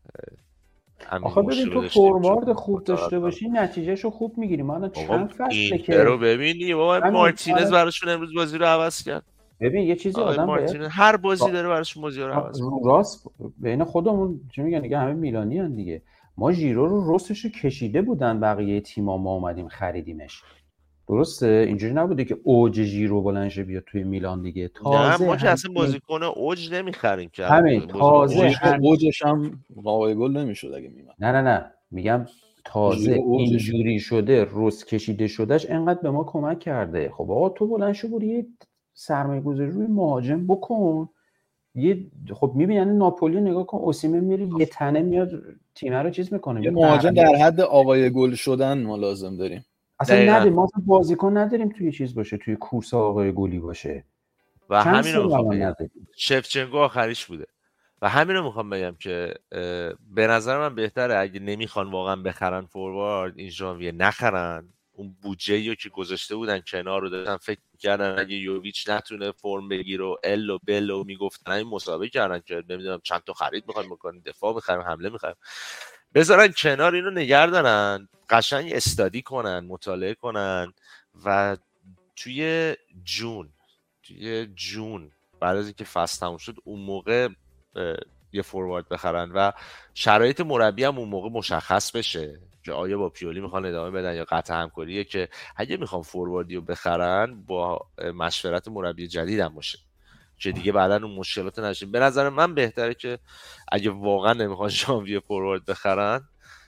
آخه ببین تو فوروارد خوب داشته باشی نتیجهشو خوب میگیری. ما چند فصله که رو ببینی بابا مارتینز براشون امروز بازی رو عوض کرد. ببین یه چیزی آدم باید هر بازی داره براشون بازی رو عوض کنه. راست بین خودمون چه میگن دیگه، همه میلانی ان دیگه. ما ژیرو رو رستشو کشیده بودن بقیه تیم‌ها، ما اومدیم خریدیمش. درسته اینجوری نبوده که اوج ژیرو بلند شه بیاد توی میلان دیگه. تازه نه ما که اصلا بازیکن اوج نمیخریم که همین تازه هم... اوجش هم واقعا گل نمیشد اگه میمد. نه نه نه میگم تازه اینجوری شده، رست کشیده شدهش انقدر به ما کمک کرده. خب آقا تو بلند شو برو یه سرمایه‌گذاری روی مهاجم بکن. یه خب میبینی یعنی ناپولی نگاه کن، اوسیمن میره یه تنه میاد تیم رو چیز میکنه. یه مهاجم در حد آقای گل شدن ما لازم داریم. اصلا نداریم، ما بازیکن نداریم توی چیز باشه، توی کورس آقای گلی باشه. و همین رو میخوام بگم، شفچنکو آخریش بوده و همین رو میخوام بگم که به نظر من بهتره اگه نمیخوان واقعا بخرن فوروارد این ژانویه نخرن. اون بودجه‌ای که گذاشته بودن کنار رو داشتن فکر می‌کردن اگه یوویچ نتونه فرم بگیره و ال و بل و میگفتن این مسابقه کردن که نمیدونم چند تا خرید میخوایم بکنیم، دفاع می‌خریم، حمله می‌خریم، بذارن کنار اینو نگه دارن، قشنگ استادی کنن، مطالعه کنن و توی جون توی جون بعد از اینکه فصل تموم شد اون موقع یه فوروارد بخرن و شرایط مربی هم اون موقع مشخص بشه که آیا با پیولی میخوان ادامه بدن یا قطع همکاریه، که اگه میخوان فورواردی رو بخرن با مشورت مربی جدید هم باشه که دیگه بعدن اون مشکلات نشه. به نظر من بهتره که اگه واقعا نمیخوان ژانویه فوروارد بخرن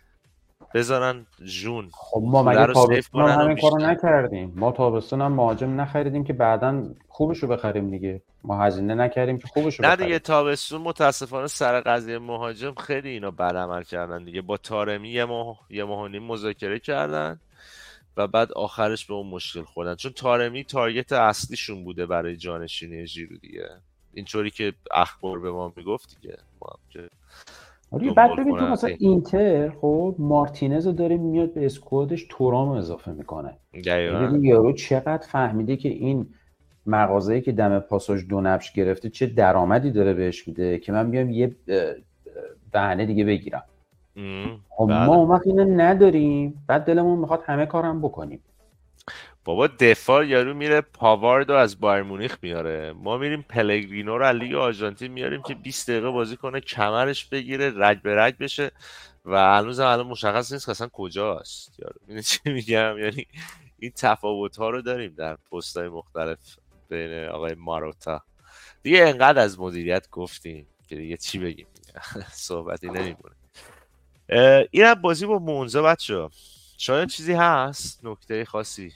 بذارن جون. خب ما مگه تابستون همین کارو نکردیم؟ ما تابستون هم مهاجم نخریدیم که بعداً خوبش رو بخریم دیگه. ما هزینه نکردیم که خوبش رو بخریم. نه دیگه تابستون متاسفانه سر قضیه مهاجم خیلی اینا بد عمل کردن دیگه. با تارمی یه ماه یه ماه و نیم مذاکره کردن و بعد آخرش به اون مشکل خوردن، چون تارمی تارگت اصلیشون بوده برای جانشینی ژیرو دیگه، اینطوری که اخبار به ما میگفت دیگه. ما هم که آره بعد ببین تو مثلا اینتر خب مارتینز رو داره میاد به اسکوادش تورام اضافه میکنه. ببین یارو چقدر فهمیده که این مغازه‌ای که دم پاساژ دو نبش گرفته چه درآمدی داره بهش میده که من بیام یه بهانه دیگه بگیرم. ما اون وقت اینو نداریم، بعد دلمون میخواد همه کارم بکنیم. بابا دفاع یارو میره پاواردو از بایر مونیخ میاره، ما میریم پلگرینو رو از لیگ آرژانتین میاریم که بیست دقیقه بازی کنه کمرش بگیره رگ به رگ بشه و هنوز الان مشخص نیست که اصلا کجاست. یارو این چی میگم، یعنی این تفاوت ها رو داریم در پست‌های مختلف بین آقای ماروتا. دیگه انقدر از مدیریت گفتیم که دیگه چی بگیم، صحبتی نمیمونه. این بازی با مونزا بچه‌ها شاید چیزی هست، نکته خاصی؟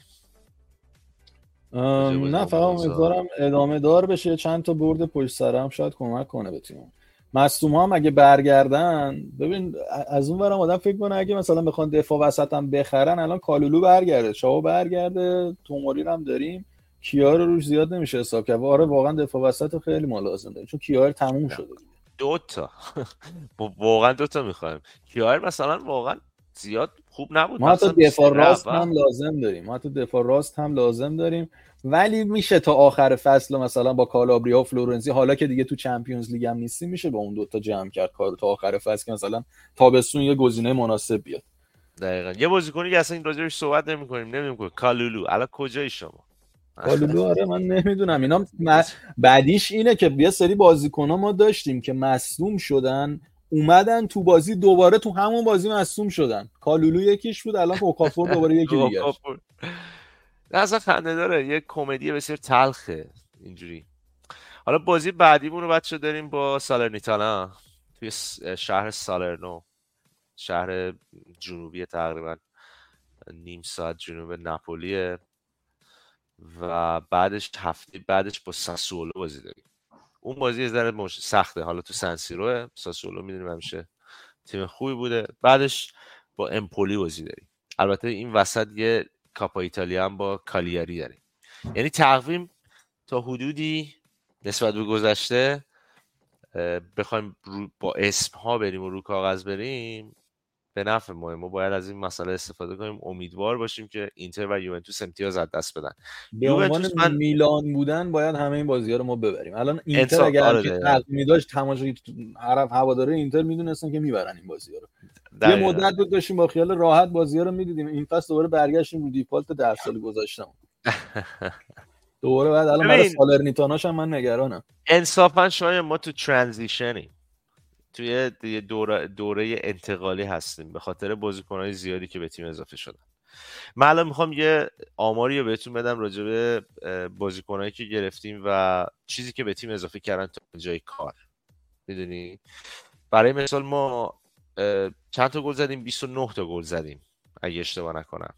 نه فقط امیدوارم ادامه دار بشه، چند تا برد پشت سر هم شاید کمک کنه به تیم. مصدوم‌ها هم اگه برگردن، ببین از اون ورم آدم فکر کنه اگه مثلا بخوان دفاع وسط هم بخرن، الان کالولو برگرده، چاو برگرده، توموری هم داریم، کیار رو روش زیاد نمیشه حساب کرد. آره واقعا دفاع وسط خیلی ما لازم داریم چون کیار تموم شده. دو تا واقعا دو تا می‌خوایم. کیار مثلا واقعا زیاد خوب نبود. ما حتی دفاع راست هم لازم داریم ما حتی دفاع راست هم لازم داریم ولی میشه تا آخر فصل مثلا با کالابریا و فلورنزی، حالا که دیگه تو چمپیونز لیگ هم نیستیم، میشه با اون دوتا جمع کرد کارو تا آخر فصل که مثلا تابستون یه گزینه مناسب بیاد. دقیقاً یه بازیکنی که اصلا این راجعش صحبت نمی‌کنیم نمی‌کنیم کالولو. الان کجایی شما؟ کالولو آره من نمیدونم اینا م... بعدیش اینه که یه سری بازیکن‌ها ما داشتیم که مصدوم شدن اومدن تو بازی دوباره تو همون بازی مصدوم شدن. کالولو یکیش بود، الان اوکافور دوباره یکی دیگه. اصلا خنده داره، یه کمدی بسیار تلخه اینجوری. حالا بازی بعدیمون رو بچه داریم با سالرنیتانا توی شهر سالرنو، شهر جنوبی تقریبا نیم ساعت جنوب ناپولیه و بعدش هفته بعدش با ساسولو بازی داریم. اون بازی از ذره سخته، حالا تو سنسیروه. ساسولو میدونیم همیشه تیم خوبی بوده. بعدش با امپولی بازی داریم. البته این وسط یه کاپا ایتالیا هم با کالیاری داریم. یعنی تقویم تا حدودی نسبت به گذشته بخوایم با اسم ها بریم و رو کاغذ بریم به نفع ما. ما باید از این مسئله استفاده کنیم، امیدوار باشیم که اینتر و یوونتوس امتیاز از دست بدن. به عنوان من... میلان بودن باید همه این بازی‌ها رو ما ببریم. الان اینتر اگر آره تقویمی داشت تماشاگر عرب هواداره اینتر میدونستن که میبرن این بازی‌ها رو. یه مدت بود داشتیم با خیال راحت بازی‌ها رو میدیدیم، این فصل دوباره برگشتیم رو دیفالت ده سال گذشته. دوباره بعد الان برای سالرنیتاناش هم من نگرانم. انصافا شاید ما تو ترانزیشنیم، توی دوره دوره انتقالی هستیم به خاطر بازیکن‌های زیادی که به تیم اضافه شدن. من الان میخوام یه آماری رو بهتون بدم راجع به بازیکنایی که گرفتیم و چیزی که به تیم اضافه کردن تا جای کار. میدونی برای مثال ما چند تا گل زدیم؟ بیست و نه تا گل زدیم اگه اشتباه نکنم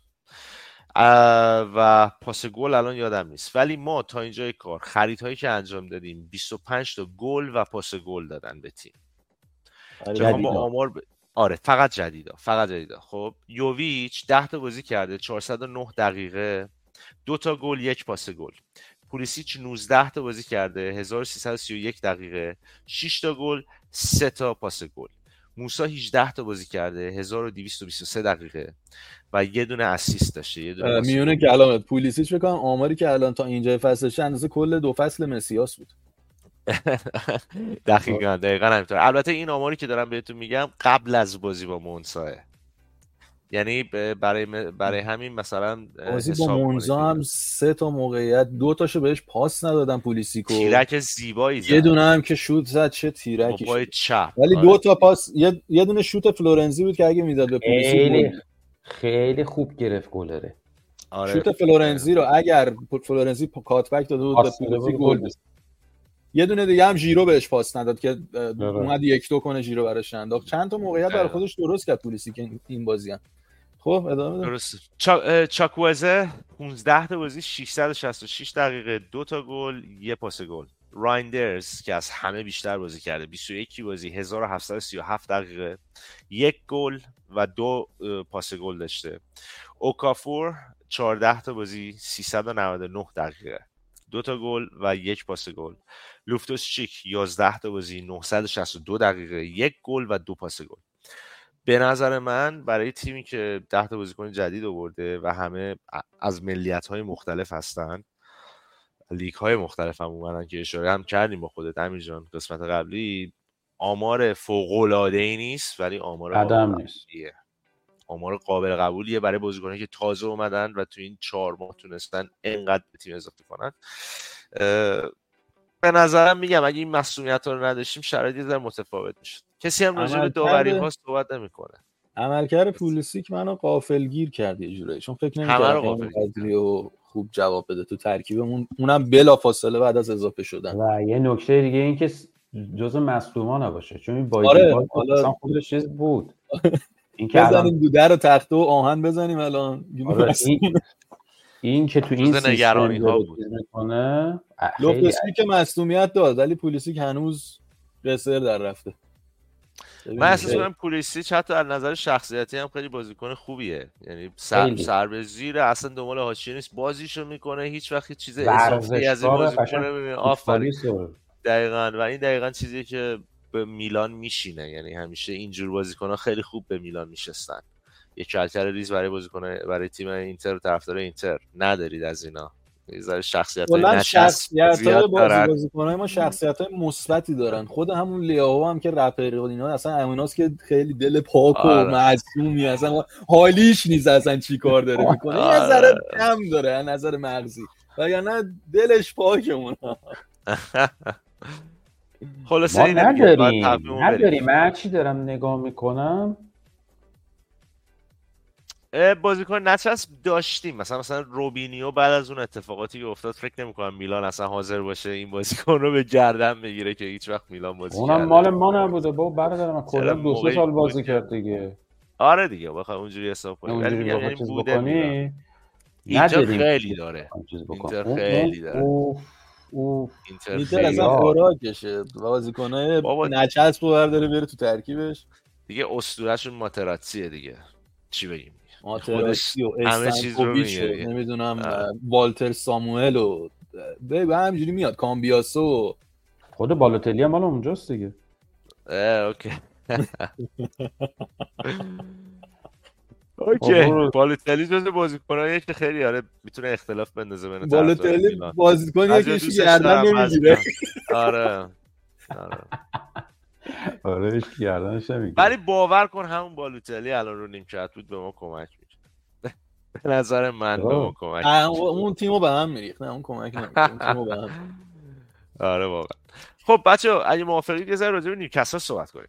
و پاس گل الان یادم نیست، ولی ما تا اینجای کار خریدهایی که انجام دادیم بیست و پنج تا گل و پاس گل دادن به تیم. با آمار ب... آره فقط جدیدا فقط جدیدا خب یوویچ ده تا بازی کرده، چهارصد و نه دقیقه، دو تا گل، یک پاس گل. پولیسیچ نوزده تا بازی کرده، هزار و سیصد و سی و یک دقیقه، شش تا گل، سه تا پاس گل. موسی هجده تا بازی کرده، هزار و دویست و بیست و سه دقیقه و یه دونه اسیست داشته. یه دونه میونه کلامت پولیسیچ فکر کنم آماری که الان تا اینجا فصلش اندازه کل دو فصل مسیاس بود. دقیقاً دقیقاً همینطور. البته این آماری که دارم بهتون میگم قبل از بازی با مونزا، یعنی برای برای همین مثلا بازی با مونزا هم سه تا موقعیت، دو تاشو بهش پاس ندادن پولیسیکو، تیرک زیبایی زد، یه دونه هم که شوت زد، چه تیرکی با چپ، ولی دو تا پاس، یه یه دونه شوت فلورنزی بود که اگه میداد به پولیسیکو خیلی خوب گرفت گلره. آره. شوت فلورنزی رو اگر فلورنزی کاتبک داده بود به پولیسیکو گل بود. یه دونه دیگه هم ژیرو بهش پاس نداد که اومد یک دو کنه، ژیرو براش انداخت. چند تا موقعیت برای خودش درست کرد پولیسیک این بازی هم. خب ادامه بده. درست. چا... چاکوزه پانزده تا بازی ششصد و شصت و شش دقیقه، دو تا گل، یه پاس گل. رایندرز که از همه بیشتر بازی کرده، بیست و یک بازی، هزار و هفتصد و سی و هفت دقیقه، یک گل و دو پاس گل داشته. اوکافور چهارده تا بازی، سیصد و نود و نه دقیقه، دو تا گل و یک پاس گل. لوفتوس چیک یازده تا بازی، نهصد و شصت و دو دقیقه، یک گل و دو پاس گل. به نظر من برای تیمی که ده تا بازیکن جدید آورده و همه از ملیت‌های مختلف هستن، لیگ‌های مختلف هم اومدن که اشاره هم کردیم با خودت امیر جان قسمت قبلی، آمار فوق‌العاده‌ای نیست ولی آمار قدم نیست. آمار قابل قبولیه برای بازیکنانی که تازه اومدن و تو این چهار ماه تونستن اینقدر به تیم اضافه کنن. به نظرم میگم اگه این مسئولیت‌ها رو نداشتیم شرایط یه ذره متفاوت میشد. کسی هم راجع به داوری‌ها صحبت نمی‌کنه. عملکرد پولیسیک منو غافلگیر کرد یه جورایی، چون فکر نمی‌کردم قدریو خوب جواب بده تو ترکیبمون، اونم بلافاصله بعد از اضافه شدن. و یه نکته دیگه این که جزء مصدوما نباشه، چون این بایدی آره، بال اصلا خودش چیز بود. این که بزنیم دو در و تخته و آهن بزنیم الان. آره این این که تو این نگرانی ها بود میکنه. لوپسیک که مصدومیت داد ولی پولیسیک هنوز قصر در رفته. من احساس می‌کنم پولیسیچ حتی از نظر شخصیتی هم خیلی بازیکن خوبیه، یعنی سر سر به زیر، اصلا دنبال حاشیه نیست، بازیشو میکنه، هیچ وقت چیز اضافی از این بازیکن نمی‌بینه. آفرین دقیقاً، و این دقیقاً چیزیه که به میلان میشینه، یعنی همیشه اینجور بازیکن‌ها خیلی خوب به میلان میشستن. یه کلکل ریز برای بازیکن برای تیم اینتر و طرفدار اینتر ندارید از اینا. یه ذره شخصیت‌های نچسب زیاد دارن. بازیکن‌های ما شخصیت‌های مثبتی دارن. خود همون لیاو هم که رپر و اینا اصلا امیناست که خیلی دل پاک و معصومی، اصلا حالیش نیست اصلا چی کار داره میکنه. یه ذره کم داره از نظر مغزی، وگرنه دلش پاکه اون. خلاصه ما نداریم نداریم من چی دارم نگاه میکنم بازیکن نچسب داشتیم، مثلا مثلا روبینیو بعد از اون اتفاقاتی که افتاد فکر نمی‌کنم میلان اصلا حاضر باشه این بازیکن رو به گردن بگیره که هیچ وقت میلان بازی کرده. اونم مال ما نبوده بابا، برادرم کلا دو سه سال بازی کرد دیگه. آره دیگه بخوام اونجوری حساب کنیم، ولی میگم یعنی بوده بکنی اینتر خیلی داره، اینتر خیلی داره، اوف اینتر اصلا خوراکشه، بازیکن‌های نچسب رو برداره بره تو ترکیبش دیگه. اسطوره‌شون ماتراتسیه دیگه، چی بگیم، ماتراتسی و استانکوویچ و نمیدونم والتر ساموئل و به همینجوری میاد، کامبیاسو، خود بالوتلی هم مال اونجاست دیگه. اه اوکی اوکی بالوتلی جز بازیکناییه که خیلی آره میتونه اختلاف بندازه بین بالوتلی بازیکنیه که ایشو گردن نمیگیره. آره آره آره ایش گردنش نمیگیره، ولی باور کن همون بالوتلی الان رو نیمکت بود به ما کمک می‌کرد. به نظر من به ما کمک اون تیمو به هم میریخت، نه اون کمک نمی‌کرد، اون تیمو به هم. آره واقعا. خب بچه‌ها اگه موافقید یه ذره راجع به نیوکاسل صحبت کنیم.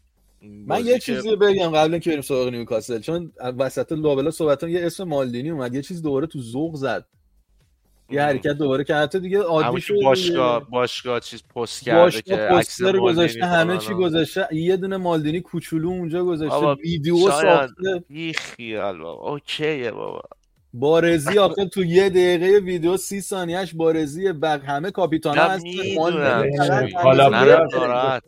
من یه چیزی بگم قبل اینکه بریم سراغ نیوکاسل، چون وسط لابلا صحبتام یه اسم مالدینی اومد، یه چیز دوباره تو ذوق زد، یه حرکت دوباره که حتی دیگه عادی شد، باشگاه باشگاه چیز پست کرده که عکس گذاشته، همه چی گذاشته، یه دونه مالدینی کوچولو اونجا گذاشته، ویدیو ساخته. بی خیال بابا، اوکیه بابا. بارزی آخه تو یه دقیقه ویدیو سی ثانیه‌اش بارزی بق همه کاپیتانا هستن، مالدینی کالابریا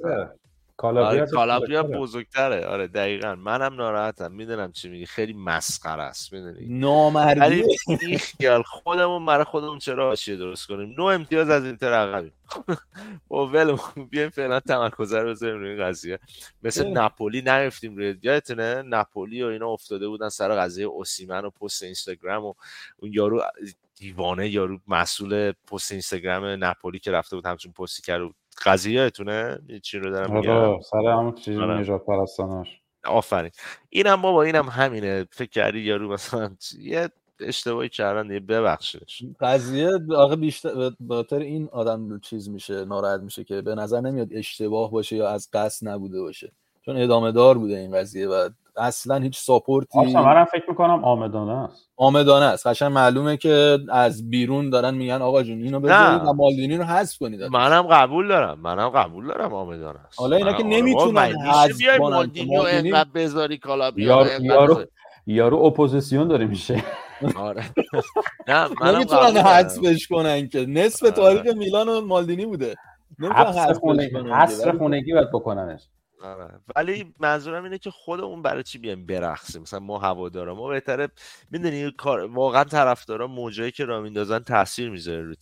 کالابریا بزرگتره. آره دقیقاً منم ناراحتم، میدونم چی میگی، خیلی مسخره است، میدونی نامردی. این خیال خودمون برای خودمون چرا حاشیه درست کنیم، نو امتیاز از اینتر عقبیم. با ولمون بیایم فعلا تمرکز رو بذاریم روی این قضیه، مثل ناپولی نرفتیم روی، یادتونه ناپولی و اینا افتاده بودن سر قضیه اوسیمن و پست اینستاگرام و اون یارو دیوانه، یارو مسئول پست اینستاگرام ناپولی که رفته بود همچون پستی کرد، قضیه یادتونه چی رو دارم میگم؟ آره سر همون چیزی نجات پرستانش. آفرین. اینم بابا اینم همینه، فکر کردی یارو مثلا یه اشتباهی کردن دیگه ببخشش. قضیه آخه بیشتر به خاطر این آدم چیز میشه، ناراحت میشه که به نظر نمیاد اشتباه باشه یا از قصد نبوده باشه، چون ادامه دار بوده این قضیه و اصلا هیچ ساپورتی. اصلا منم فکر میکنم عامدانه است. عامدانه است. قشنگ معلومه که از بیرون دارن میگن آقا جون اینو بذارید و مالدینی رو حذف کنید. منم قبول دارم. منم قبول دارم عامدانه است. حالا اینا که نمیتونن حذف کنن مالدینی رو اینقدر بذاری کالابریا. یارو یارو یارو اپوزیسیون داره میشه. آره. نه منم نمیتونن حذفش کنن که نصف تاریخ میلان و مالدینی بوده. حذف خونگی حذف خونگی باید بکننش. آره. ولی منظورم اینه که خودمون برای چی بیایم برقصیم؟ مثلا ما هوادارا ما بهتره، میدونی کار واقعا طرفدارا موجایی که راه میندازن تاثیر میذاره رو تیم.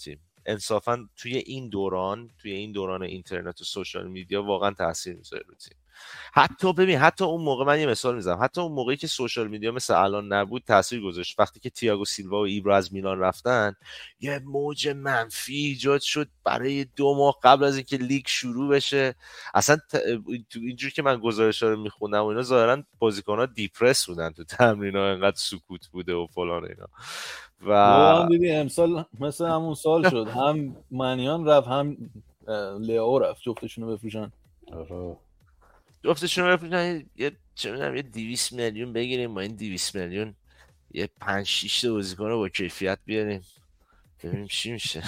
انصافا توی این دوران توی این دوران اینترنت و سوشال میدیا واقعا تاثیر میذاره رو تیم. حتی ببین حتی اون موقع من یه مثال میزنم، حتی اون موقعی که سوشال میدیا مثل الان نبود تاثیر گذاشت. وقتی که تییاگو سیلوا و ایبرا از میلان رفتن یه موج منفی ایجاد شد برای دو ماه قبل از اینکه لیگ شروع بشه. اصلا ت... اینجوری که من گزارش‌ها رو میخونم و اینا ظاهرا بازیکن‌ها دیپرس بودن تو تمرین‌ها، انقدر سکوت بوده و فلان اینا. و هم دیدی امسال مثل همون سال شد، هم منیان رفت هم لیاو رفت، جفتشون رو بفروشن. آره جفتشون رو بفروشن یه چه می‌دونم یه دویست میلیون بگیریم، با این دویست میلیون یه پنج شش تا بازیکن رو با کیفیت بیاریم ببینیم چی میشه.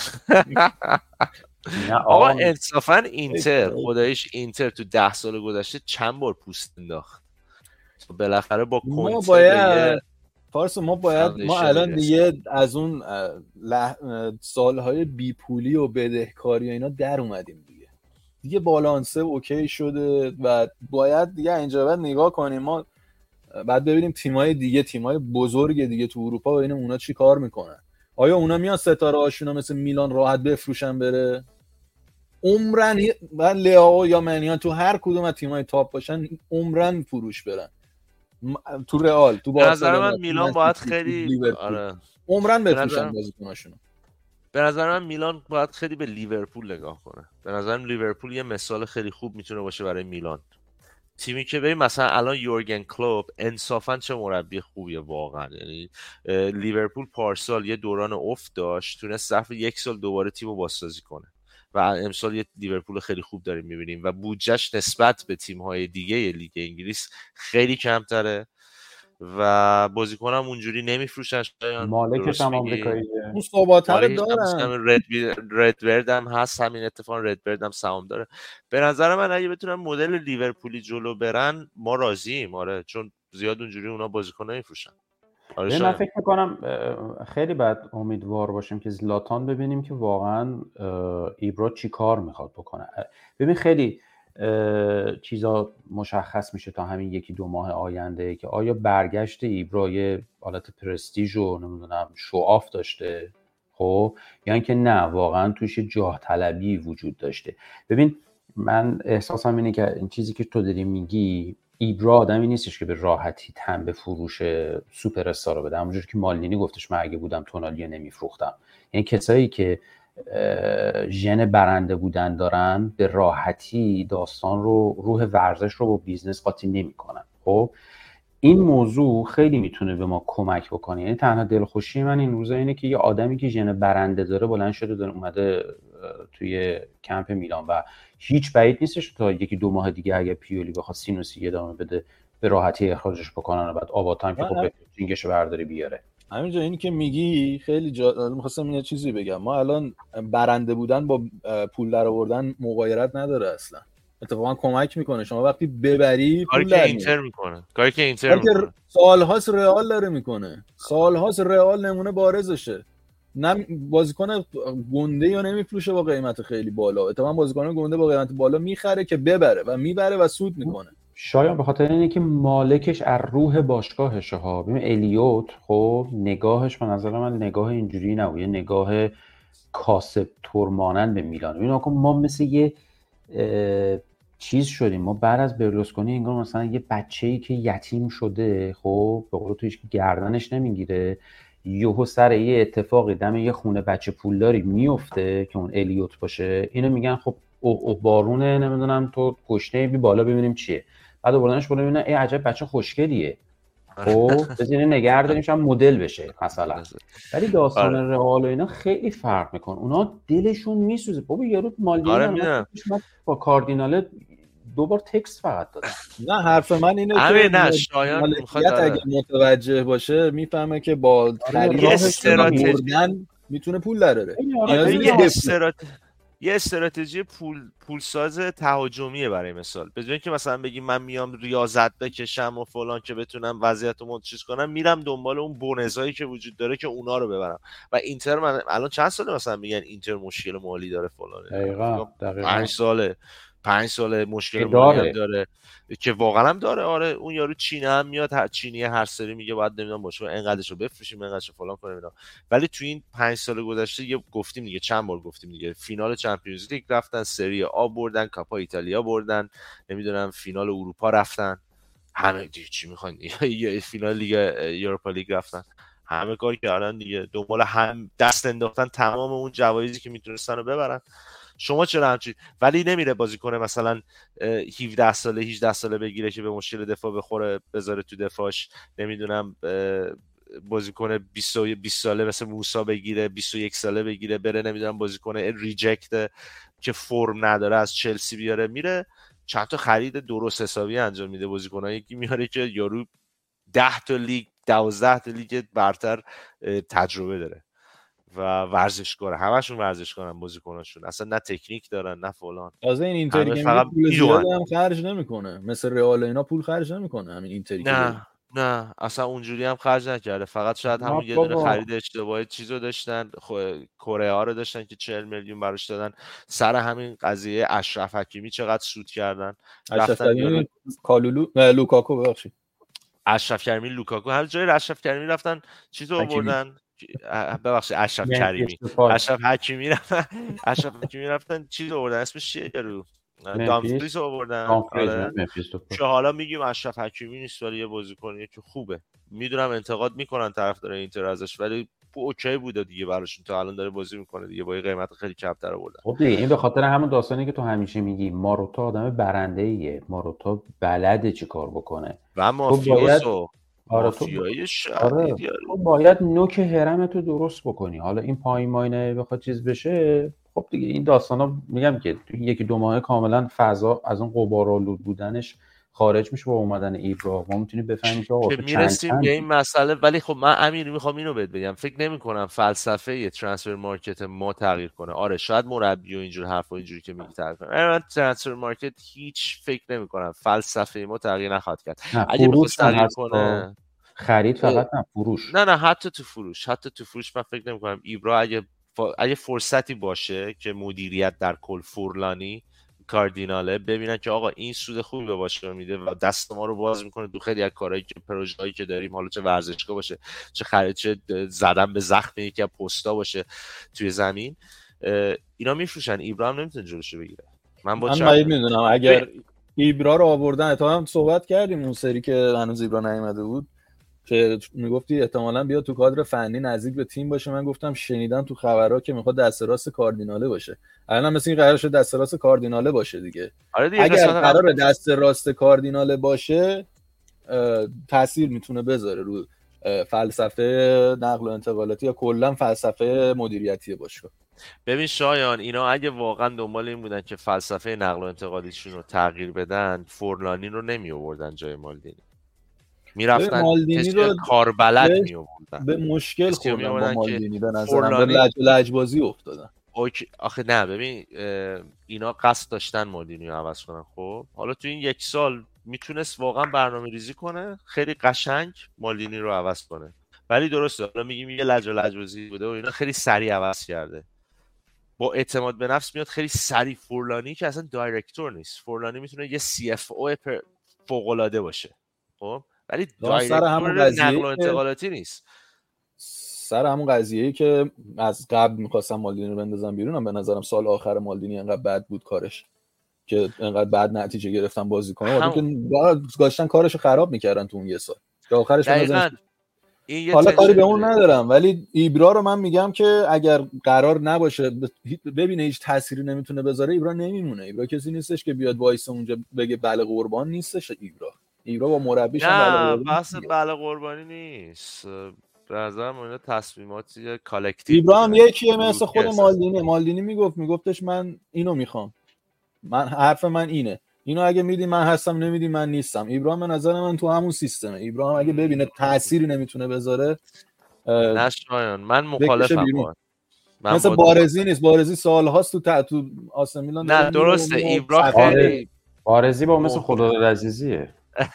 آقا انصافا اینتر خداییش اینتر تو ده سال گذشته چند بار پوست انداخت بالاخره با کنته. ما باید فارس ما باید ما الان دیگه از اون لح... سالهای بیپولی و بدهکاری و اینا در اومدیم دیگه دیگه بالانسه اوکی شده و باید دیگه اینجا بعد نگاه کنیم. ما بعد ببینیم تیمای دیگه تیمای بزرگ دیگه تو اروپا ببینیم اونا چی کار میکنن. آیا اونا میان ستاره هاشونا مثل میلان راحت بفروشن بره؟ عمرن بعد لیاو یا منیان تو هر کدوم از تیمای تاپ باشن عمرن فروش برن. تو رئال تو بارسا نظر من میلان باید خیلی آره عمرن بفروشن بازیکناشونو. به نظر من میلان باید خیلی به لیورپول نگاه کنه. به نظر من لیورپول یه مثال خیلی خوب میتونه باشه برای میلان. تیمی که ببین مثلا الان یورگن کلوپ انصافا چه مربی خوبیه واقعا. یعنی لیورپول پارسال یه دوران افت داشت، تونست ظرف یک سال دوباره تیمو بازسازی کنه و امسال یه لیورپول خیلی خوب داریم میبینیم و بودجهش نسبت به تیم‌های دیگه لیگ انگلیس خیلی کمتره و بازیکنام اونجوری نمیفروشن. مالکش هم آمریکاییه، اون ثبات‌ها رو دارن. رد ردبرد هم هست، همین اتفاق ردبرد هم سهام داره. به نظر من اگه بتونن مدل لیورپولی جلو برن ما راضییم. آره چون زیاد اونجوری اونا بازیکن نمیفروشن. آره من فکر میکنم خیلی باید امیدوار باشیم که زلاتان ببینیم که واقعا ایبرا چی کار میخواد بکنه. ببین خیلی چیزا مشخص میشه تا همین یکی دو ماه آینده که آیا برگشت ایبرا یه حالت پرستیژ و نمیدونم شوآف داشته خب یا اینکه نه واقعا توش جاه طلبی وجود داشته. ببین من احساسم اینه که این چیزی که تو داری میگی ایبرا آدمی نیستش که به راحتی تن به فروش سوپر استار رو بده. همونجوری که مالدینی گفتش من اگه بودم تونالیو نمیفروختم. یعنی کسایی که ژن برنده بودن دارن به راحتی داستان رو روح ورزش رو با بیزنس قاطی نمی‌کنن. خب این موضوع خیلی میتونه به ما کمک بکنه. یعنی تنها دلخوشی من این روزا اینه که یه آدمی که ژن برنده داره بلند شده داره اومده توی کمپ میلان و هیچ بعید نیستش تا یکی دو ماه دیگه اگه پیولی بخواد سینوسی ادامه بده به راحتی اخراجش بکنن و بعد آباتام که خب جینگش برداری بیاره. همینجا اینی که میگی خیلی جا... می‌خواستم یه چیزی بگم. ما الان برنده بودن با پول در آوردن مغایرت نداره اصلا. اتفاقا کمک میکنه. شما وقتی ببری کاری که اینتر میکنه کاری که اینتر میکنه سال‌هاست رئال داره میکنه. سال‌هاست رئال نمونه بارزشه. نه بازیکن گنده یا نمیفروشه با قیمت خیلی بالا. اتفاقا بازیکن گنده با قیمت بالا میخره که ببره و میبره و سود میکنه. شاید به خاطر اینه که مالکش از روح باشگاهشه ها. ببین الیوت خب نگاهش به نظر من نگاه اینجوری نبود، یه نگاه کاسب تور مانند به میلان. ببین آقا ما مثل یه چیز شدیم، ما بعد از برلوسکونی انگار مثلا یه بچه‌ای که یتیم شده خب به قول تو هیچ گردنش نمیگیره، یهو سر یه اتفاقی دم یه خونه بچه پولداری میفته که اون الیوت باشه، اینو میگن خب او, او بارونه نمیدونم تو گشنه بی بالا ببینیم چیه، بعد بردنش بالا ببینن ای عجب بچه خوشگلیه خب بزینه نگه داریم شاید مدل بشه مثلا. ولی داستان رئال و اینا خیلی فرق میکنه. اونا دلشون میسوزه. بابا یارو مالدینی با کاردینال دو بار تکست فقط دادم. نه حرف من اینه که نه شایان میخواد اگه متوجه باشه میفهمه که با خریدش مردن میتونه پول دراره. یه استراتژی پول پولساز تهاجمیه برای مثال. به جای اینکه مثلا بگیم من میام ریاضت بکشم و فلان که بتونم وضعیتو مدچیز کنم، میرم دنبال اون بونزایی که وجود داره که اونا رو ببرم. و اینتر من الان چند ساله مثلا میگن اینتر مشکل مالی داره فلان. دقیقاً دقیقاً پنج ساله پنج ساله مشکل مالی هم داره که واقعا هم داره. آره اون یارو چینه هم میاد، هر چینی هر سری میگه باید نمیدونم باشه اینقدرشو بفروشیم اینقدرشو فلان کنیم اینا. ولی تو این پنج سال گذشته یه گفتیم دیگه، چند بار گفتیم دیگه، فینال چمپیونز لیگ رفتن، سری آ بردن، کاپا ایتالیا بردن، نمیدونم فینال اروپا رفتن، همه دیگه چی میخوان، یه فینال لیگ اروپا لیگ رفتن، همه کار کردن دیگه، دنبال هم دست انداختن تمام اون جوایزی که میتونستن رو ببرن. شما چرا همچین؟ ولی نمیره بازیکن مثلا هفده ساله هجده ساله بگیره که به مشکل دفاع بخوره بذاره تو دفاعش، نمیدونم بازیکن بیست ساله مثل موسی بگیره، بیست و یک ساله بگیره بره، نمیدونم بازیکن ریجکت که فرم نداره از چلسی بیاره، میره چند تا خرید درست حسابی انجام میده، بازیکنایی که میاره که یارو ده تا لیگ دوازده تا لیگ برتر تجربه داره و ورزشکاره، همشون ورزشکارن بازیکناشون، اصلا نه تکنیک دارن نه فلان. تازه این اینتری که فقط پول زیاد هم خرج نمیکنه، مثل رئال اینا پول خرج نمیکنه همین اینتری که نه نه اصلا اونجوری هم خرج نکرده، فقط شاید همون یه دونه خرید اشتباهی چیزو داشتن، کره ها رو داشتن که چهل میلیون براش دادن، سر همین قضیه اشرف حکیمی چقدر سود کردن. اشرف حکیمی کالولو لوکاکو ببخشید اشرف کریمی لوکاکو هر جای اشرف کریمی رفتن چیزو آوردن، ببخشید اشرف کریمی اشرف حکیمی رفتن اشرف حکیمی رفتن چیز آوردن، اسمش چیه رو دامفریز آوردن که حالا میگیم اشرف حکیمی نیست ولی یه بازیکنیه که خوبه، میدونم انتقاد میکنن طرفدار اینتر ازش ولی اوکی بوده دیگه براشون، تا الان داره بازی میکنه دیگه با یه قیمت خیلی کمتر آوردن. خب دیگه این به خاطر همون داستانی که تو همیشه میگی، ماروتا آدم برنده‌ایه، ماروتا بلده چی کار بکنه و مافیوسو آره تو آره تو باید نوک حرمتو درست بکنی. حالا این پایین ماینه بخواد چیز بشه، خب دیگه این داستانا میگم که تو یکی دو ماه کاملا فضا از اون غبارآلود بودنش خارج میشه با اومدن ایبرا، ما میتونیم بفهمیم که آقا میرسیم به این مسئله. ولی خب من امیر میخوام اینو بهت بگم، فکر نمی‌کنم فلسفه یه ترانسفر مارکت ما تغییر کنه. آره شاید مربی و اینجور حرفا اینجوری که میگی تغییر کنه، من ترانسفر مارکت هیچ فکر نمی‌کنم فلسفه ما تغییر نخواهد کرد. اگه بخواد تغییر کنه خرید فقط نه فروش، نه نه حتی تو فروش، حتی تو فروش من فکر نمی‌کنم ایبرا اگه اگه فرصتی باشه که مدیریت در کل فورلانی کاردیناله ببینن که آقا این سود خوبی به باشگاه میده و دست ما رو باز میکنه تو خیلی از کارهایی که پروژه‌ای که داریم، حالا چه ورزشگاه باشه، چه خرید، چه زدن به زخم یکی از پستا باشه توی زمین، اینا میفروشن. ایبرا هم نمیتونه جلوشو بگیره. من با من میدونم اگر ایبرا رو آوردن، تا هم صحبت کردیم اون سری که هنوز ایبرا نیومده بود که میگفتی احتمالاً بیاد تو کادر فنی نزدیک به تیم باشه، من گفتم شنیدم تو خبرها که میخواد دست راست کاردیناله باشه. الان مثلا این قرار شد دست راست کاردیناله باشه دیگه. آره دیگه اگر قرار دست راست کاردیناله باشه تاثیر میتونه بذاره رو فلسفه نقل و انتقالاتی یا کلا فلسفه مدیریتی باشگاه. ببین شایان، اینا اگه واقعا دنبال این بودن که فلسفه نقل و انتقالیشون رو تغییر بدن، فورلانی رو نمی آوردن جای مالدینی، میرفتن کسی رو کاربلد می آوردن. به مشکل خوردن با مالدینی، به نظرم به لج لجبازی افتادن. اوکی آخه نه ببین اینا قصد داشتن مالدینی رو عوض کنن. خب حالا تو این یک سال میتونست واقعا برنامه ریزی کنه خیلی قشنگ مالدینی رو عوض کنه، ولی درسته حالا میگیم یه لج لجبازی بوده و اینا خیلی سریع عوض کرده. با اعتماد به نفس میاد خیلی سریع. فورلانی که اصلا دایرکتور نیست، فورلانی میتونه یه سی اف او فوق العاده باشه خب، ولی دایرکتور نقل و انتقالاتی نیست. سر همون قضیه‌ای که از قبل می‌خواستم مالدینی رو بندازم بیرون، به نظرم سال آخر مالدینی انقدر بد بود کارش که انقدر بد نتیجه گرفتن بازیکن‌ها، هم... که گاشتن کارشو خراب می‌کردن تو اون یه سال. که آخرش مثلا حالا کاری به اون ندارم، ولی ایبرا رو من میگم که اگر قرار نباشه ببینه هیچ تأثیری نمیتونه بذاره، ایبرا نمیمونه. ایبرا کسی نیستش که بیاد وایس اونجا بگه بله قربان نیستش. ایبرا ایبرا با مربیش هم بله قربانی، بحث بله قربانی نیست. به نظر من اینا تصمیماتی کالکتیو. ایبرا هم یکیه مثل خود مالدینی. مالدینی میگفت میگفتش من اینو میخوام، من حرف من اینه، اینو اگه میدی من هستم، نمیدی من نیستم. ایبراهیم به نظر من تو همون سیستمه. ایبراهیم اگه ببینه تأثیری نمیتونه بذاره نشایان من مخالفم با مثل بارزی نیست. بارزی سالهاست تو تا... تو آسه میلان. نه درسته ایبراهیم خیلی بارزی با مثل خدا عزیزیه.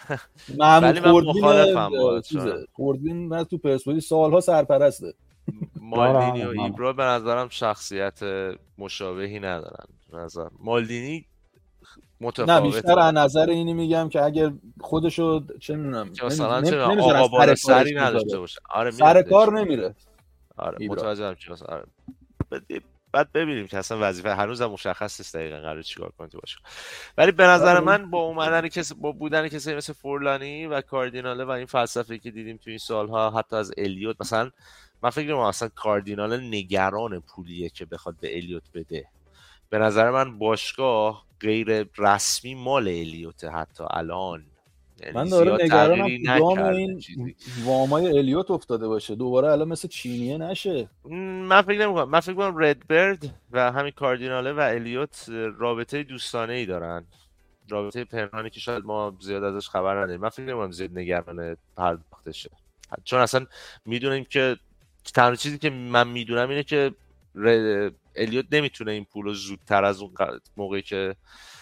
ولی من مخالفم با خوردین. من تو پرسپولیس سالها سرپرسته. مالدینی و ایبرا به نظرم شخصیت مشابهی ندارن. به نظر مالدینی متفاوته. نه بیشتر از نظر اینی میگم که اگر خودشو چه میدونم مثلا چه آقا بالا سری نداشته باشه. آره سر کار نمیره. آره متوجهم چی مثلا. آره بعد ببینیم که اصلا وظیفه هنوزم مشخص نیست دقیقاً قرار چیکار کنه تو باشه. ولی به نظر من با اومدن کسی با بودن کسی مثل فورلانی و کاردیناله و این فلسفه‌ای که دیدیم تو این سالها حتی از الیوت، مثلا من فکر می‌کنم اصلا کاردینال نگران پولیه که بخواد به الیوت بده. به نظر من باشگاه غیر رسمی مال الیوت حتی الان. من داره نگرانم کدام این وامای الیوت افتاده باشه دوباره الان مثل چینیه نشه. من فکر نمی‌کنم. من فکر می‌کنم ردبرد و همین کاردیناله و الیوت رابطه دوستانه ای دارن، رابطه پنهانی که شاید ما زیاد ازش خبر نداریم. من فکر نمی‌کنم زیاد نگران پرداختشه، چون اصلا میدونیم که تنها چیزی که من میدونم اینه که الیوت نمیتونه این پولو زودتر از اون موقعی که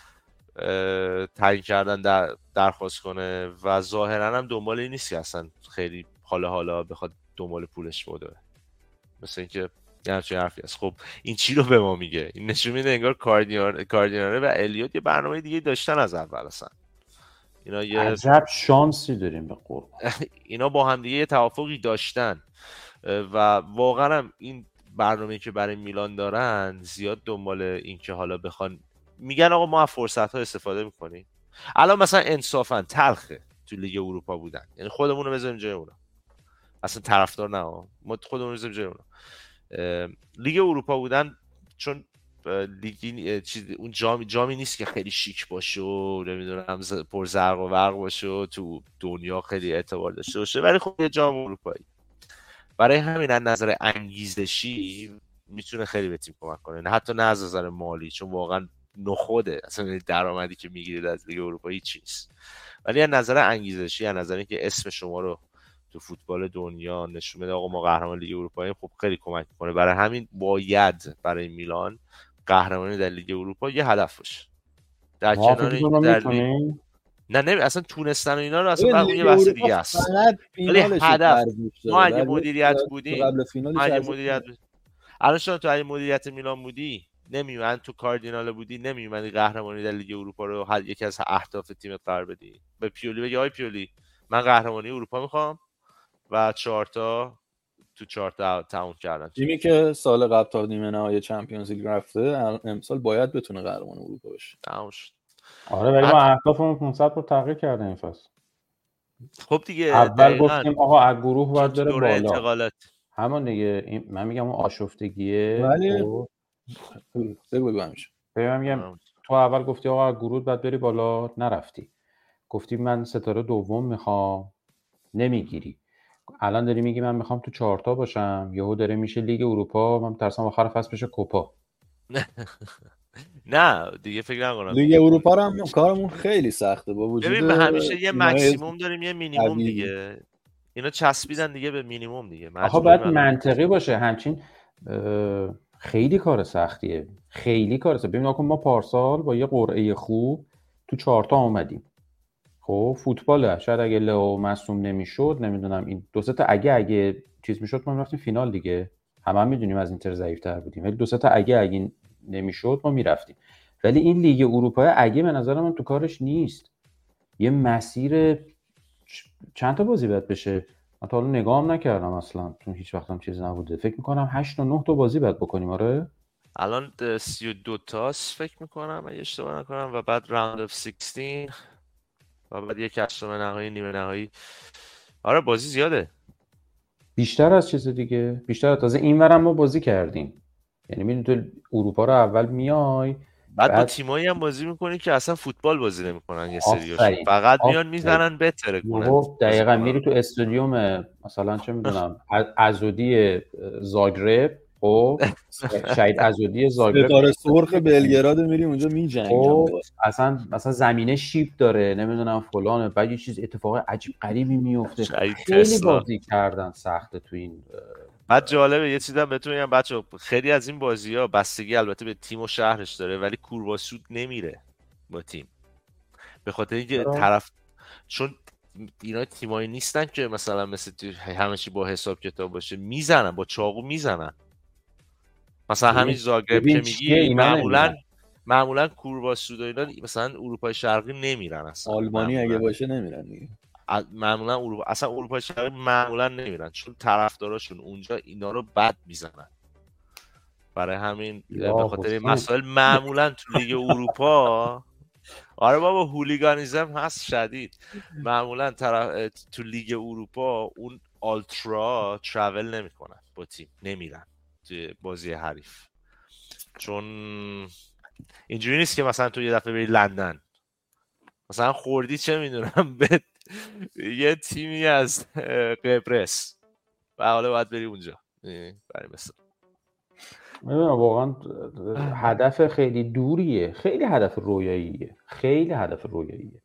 تعیین کردن در درخواست کنه و ظاهرا هم دنبال این نیست که اصلا خیلی حالا حالا بخواد دنبال پولش بوده. مثل اینکه یه همچین حرفی هست. خب این چی رو به ما میگه؟ این نشون میده انگار کاردینال کاردیناله و الیوت یه برنامه دیگه داشتن از اول اصلا. اینا یه عجب شانسی داریم به قرب. اینا با هم دیگه یه توافقی داشتن و واقعا هم این برنامه‌ای که برای میلان دارن زیاد دنبال این که حالا بخوان میگن آقا ما از فرصت‌ها استفاده می‌کنیم. الان مثلا انصافاً تلخه تو لیگ اروپا بودن، یعنی خودمون رو بذاریم جای اونا، اصلا طرفدار نه، ما خودمون رو بذاریم جای اونا. لیگ اروپا بودن چون لیگ چیز اون جامی جامی نیست که خیلی شیک باشه و نمیدونم پر زرق و برق باشه و تو دنیا خیلی اعتبار داشته باشه، ولی خب یه جام اروپایی. برای همین از نظر انگیزشی میتونه خیلی به تیم کمک کنه، نه حتی نه از نظر مالی، چون واقعا نخوده اصلا درآمدی که میگیرید از لیگ اروپا هیچ چیز، ولی از نظر انگیزشی، از نظر اینکه اسم شما رو تو فوتبال دنیا نشون بده آقا ما قهرمان لیگ اروپاییم، خب خیلی کمک میکنه. برای همین باید برای میلان قهرمانی در لیگ اروپا یه هدف باشه. در کنار این در لیگ نه نه اصلا تونستن و اینا رو اصلا اون یه بحث دیگه است، ولی هدف ما اگه مدیریت بودیم قبل فینال اگه مدیریت الان شما تو اگه مدیریت میلان بودی نمیومد، تو کاردینال بودی نمیومدی قهرمانی در لیگ اروپا رو هر یکی از اهداف تیمت قرار بدی، به پیولی بگی آی پیولی من قهرمانی اروپا میخوام و چهار تا تو چهار تا تموم کردن. تیمی که سال قبل تا نیمه نهایی چمپیونز لیگ رفته امسال باید بتونه قهرمان اروپا بشه. تموم شد. آره ولی ما اهدافمون پانصد رو تغییر کرده این فصل. خب دیگه اول گفتیم آقا از گروه باید بره بالا انتقالات. همون دیگه این من میگم اون آشفتگیه. ولی بگو بگو همیشه من میگم تو اول گفتی آقا از گروه باید بری بالا، نرفتی، گفتی من ستاره دوم میخوام، نمیگیری. الان داری میگی من میخوام تو چهارتا باشم، یهو داره میشه لیگ اروپا، من ترسم آخر فصل بشه کوپا. نه دیگه فکر نکنم لیگ اروپا رو هم کارمون خیلی سخته با وجود ببین همیشه یه ماکسیموم داریم یه مینیمم دیگه، اینا چسبیدن دیگه به مینیمم دیگه. آخه باید منطقی باشه همچین، خیلی کار سختیه، خیلی کار سختیه. ببین آقا ما پارسال با یه قرعه خوب تو چهارتا اومدیم، خب فوتباله، شاید اگه لئو مصدوم نمیشد نمیدونم این دو سه تا اگه اگه چیز میشد ما میرفتیم فینال دیگه، همه هم میدونیم از اینتر ضعیف‌تر بودیم، ولی دو سه تا اگه اگه نمیشد ما میرفتیم. ولی این لیگ اروپا اگه به نظر من تو کارش نیست، یه مسیر چند تا بازی باید بشه، من تا حالا نگاهم نکردم اصلا، چون هیچ وقتم چیز نبوده، فکر میکنم هشت تا نه تا بازی باید بکنیم. آره الان سی و دو تاست فکر میکنم اگه اشتباه نکنم، و بعد راوند اف شانزده و بعد یک هشتم نهایی نیمه نهایی. آره بازی زیاده، بیشتر از چیز دیگه، بیشتر از تازه اینورم ما بازی کردیم، یعنی میدونی تو اروپا رو اول میای بعد, بعد با تیمایی هم بازی میکنی که اصلا فوتبال بازی نمیکنن، یه سریاشون فقط میان میزنن بتره کنن. دقیقاً میری تو استادیوم مثلا چه میدونم عزودی زاگرب، خب شهید عزودی زاگرب، ستاره سرخ بلگراد میری اونجا میجنگن، اصلا مثلا زمینه شیب داره نمیدونم فلانه، بعد یه چیز اتفاق عجیب غریبی میفته. خیلی بازی کردن سخته تو این. بعد جالبه یه چیزی هم بهتون میگم بچه‌ها، خیلی از این بازی‌ها بستگی البته به تیم و شهرش داره، ولی کورواسود نمیره با تیم به خاطر اینکه طرف، چون اینا تیمایی نیستن که مثلا مثل همه چی با حساب کتاب باشه، میزنن با چاقو میزنن. مثلا همین زاگرب که میگی معمولا معمولا کورباسود و اینا مثلا اروپای شرقی نمیرن اصلا. آلمانی معمولاً. اگه باشه نمیرن دیگه. معمولا اروپا اصلا اروپای شرقی معمولا نمیرن چون طرفداراشون اونجا اینا رو بد میزنن. برای همین به خاطر این مسائل معمولا تو لیگ اروپا آره بابا هولیگانیزم هست شدید. معمولا طرف تو لیگ اروپا اون آلترا ترافل نمیکنن با تیم، نمیرن توی بازی حریف، چون اینجوری نیست که مثلا تو یه دفعه بری لندن مثلا خوردی چه میدونم به یه تیمی از قبرس و حالا باید بری اونجا. برای مثلا میدونم واقعا هدف خیلی دوریه، خیلی هدف رویاییه، خیلی هدف رویاییه.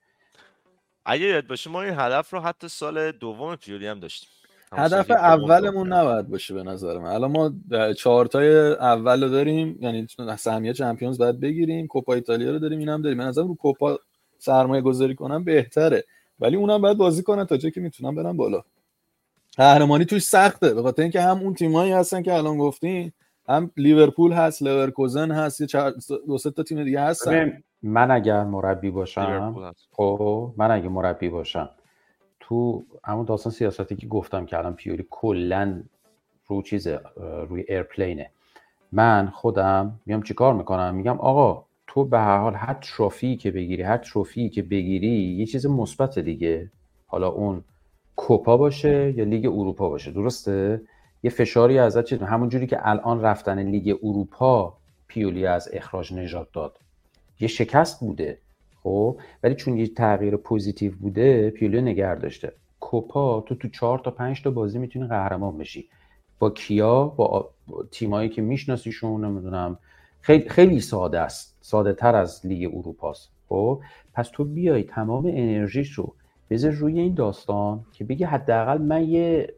اگه یاد باشه ما این هدف رو حتی سال دوم پیولی هم داشتیم. هدف اولمون نباید باشه به نظر من. الان ما چهارتای اول رو داریم، یعنی سهمیه چمپیونز باید بگیریم، کوپا ایتالیا رو داریم، اینم داریم. من نظرم رو کوپا سرمایه گذاری کنم بهتره، ولی اونم باید بازی کنن تا جایی که میتونن برن بالا. قهرمانی توش سخته به خاطر اینکه هم اون تیمایی هستن که الان گفتین، هم لیورپول هست، لورکوزن هست، یه چهار دو سه تا تیم دیگه هستن. من اگر مربی باشم، خب من اگه مربی باشم تو همون داستان سیاستی که گفتم که الان پیولی کلا رو چیز روی ایرپلینه، من خودم میام چیکار میکنم؟ میگم آقا تو به هر حال هر تروفی که بگیری، هر تروفی که بگیری یه چیز مثبت دیگه، حالا اون کوپا باشه یا لیگ اروپا باشه، درسته؟ یه فشاری ازت چیز، همون جوری که الان رفتن لیگ اروپا پیولی از اخراج نجات داد، یه شکست بوده خب، ولی چون یه تغییر پوزیتیو بوده پیولی نگه داشته. کوپا تو تو چهار تا پنج تا بازی میتونی قهرمان بشی. با کیا؟ با تیمایی که میشناسیشون، نمیدونم، خیلی خیلی ساده است، ساده تر از لیگ اروپا است. خب پس تو بیای تمام انرژیش رو بذار روی این داستان که بگی حداقل من یه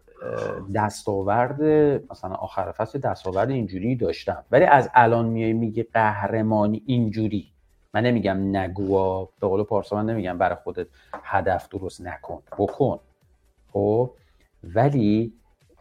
دستاورد مثلا آخر فصل دستاورد اینجوری داشتم، ولی از الان میای میگی قهرمانی اینجوری. من نمیگم نگو، به قول پارسا من نمیگم برای خودت هدف درست نکن، بکن خب، ولی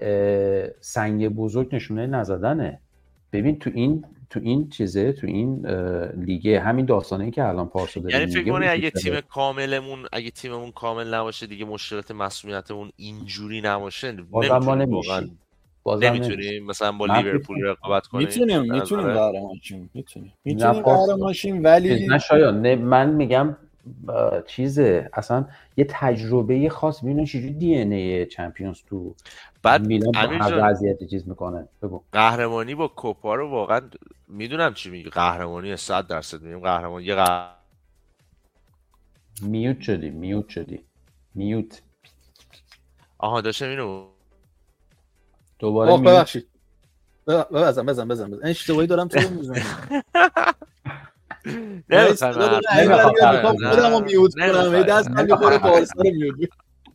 سنگ بزرگ نشونه نزدنه. ببین تو این تو این چیزه تو این لیگه همین داستانه که الان پارسا داره، یعنی فکر کنی اگه تیم کاملمون اگه تیممون کامل نباشه دیگه مشکلات مسئولیتمون اینجوری نباشه نمیتونیم واقعا نمیتونیم مثلا با لیورپول رقابت کنیم. میتونیم میتونیم قهرمان شیم، میتونیم میتونیم قهرمان شیم، ولی نه شاید من میگم چیزه اصلا یه تجربه خاص. ببینن چجوری دی ان ای چمپیونز تو بعد میلان هر وضعیت چیز میکنه. بگو قهرمانی با کوپا رو واقعا میدونم چی میگی، قهرمانی صد درصد میگم قهرمانی. یه قهر... میوت شدی میوت شدی میوت آها داشتم اینو دوباره میوت. ببخشید بزن بزن بزن بزن اشتباهی دارم تو میزنم. نه خودمو میوت کنم، یه دست من میخوره بارسا رو میوت.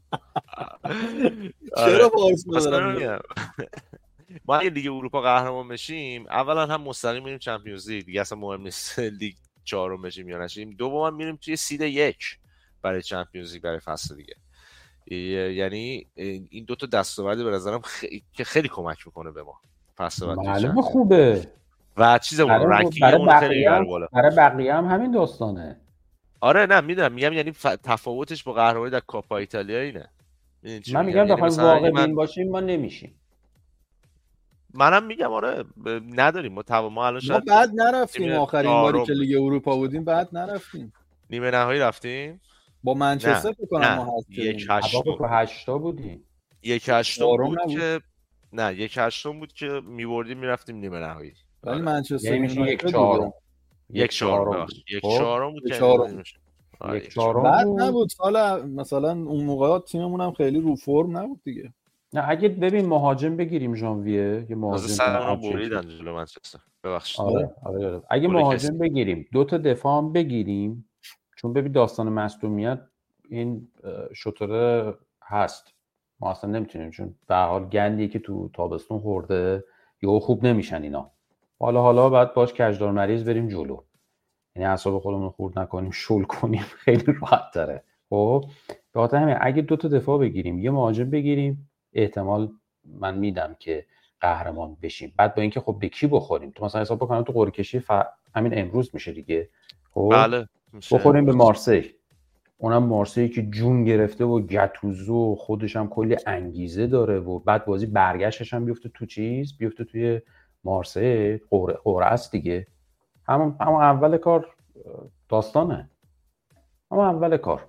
چرا بارسا دارم؟ ما اگه لیگ اروپا قهرمان بشیم اولا هم مستقیم میریم چمپیونز لیگ دیگه، اصلا مهم نیست لیگ چهارم بشیم یا نشیم. دوما میریم توی سید یک برای چمپیونز لیگ برای فصل دیگه. یعنی این دو تا دستاورد به نظرم خیلی که خیلی کمک میکنه به ما فصل بعد. معلومه خوبه و چیزمون رنکینگمون خیلی میبره بالا. برای بقیه هم همین داستانه. آره نه میدونم، میگم یعنی ف... تفاوتش با قهرمانی در کوپا ایتالیا اینه. من میگم بخوایم یعنی واقع بین من... باشیم ما نمیشیم. منم میگم آره ب... نداریم ما تو... ما الان شاید ما بعد نرفتیم آخرین باری که لیگ اروپا بودیم بعد نرفتیم. نیمه نهایی رفتیم با منچستر فکر کنم ما هستیم. یک هشتم هشتا بودیم. یک هشتم بود که نه یک هشتم بود که میبردیم میرفتیم نیمه نهایی. ولی منچستر یعنی میشه یک چهارم. یک چهارم یک چهارم بود که یک چهارم بعد نبود. حالا مثلا اون موقع تیممون هم خیلی رو فرم نبود دیگه. نه اگه ببین مهاجم بگیریم ژانویه یه مهاجم سرمون بریدن جلو منچستر ببخشید. آره آره آره اگه مهاجم بگیریم دو تا دفاع هم بگیریم، چون ببین داستان مصدومیت این شطوره هست، ما اصلا نمیتونیم، چون به هر حال گندی که تو تابستون خورده یهو خوب نمیشن اینا. حالا حالا بعد باش کجدار مریض بریم جلو، یعنی اعصاب خودمون رو خورد نکنیم، شل کنیم، خیلی راحت تره. خب به خاطر همین اگه دو تا دفاع بگیریم یه مهاجم بگیریم، احتمال من میدم که قهرمان بشیم. بعد با اینکه خب به کی بخوریم؟ تو مثلا حساب بکنم تو قرعه کشی ف... همین امروز میشه دیگه. خب بله میشه. بخوریم به مارسی. اونم مارسی که جون گرفته و گتوزو خودش هم کلی انگیزه داره و بعد بازی برگشتش هم بیفته تو چیز، بیفته توی مارسی، قرعه قرعه است دیگه. همون همون اول کار داستانه. همون اول کار.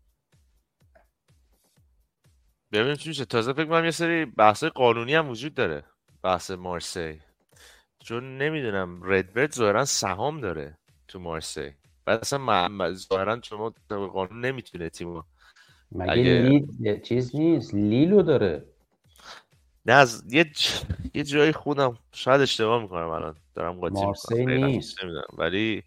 ببینیم چی میشه. تازه فکر کنم یه سری بحث قانونی هم وجود داره بحث مارسی، چون نمیدونم ردبرد ظاهرا سهام داره تو مارسی. بعد اصلا ظاهرا شما قانون نمیتونه تیمو مگه اگه... لی... چیز نیست لیلو داره. نه از یه ج... یه جایی خودم شاید اشتباه میکنم الان دارم قاطی مارسی میکنم نیست نمیدونم، ولی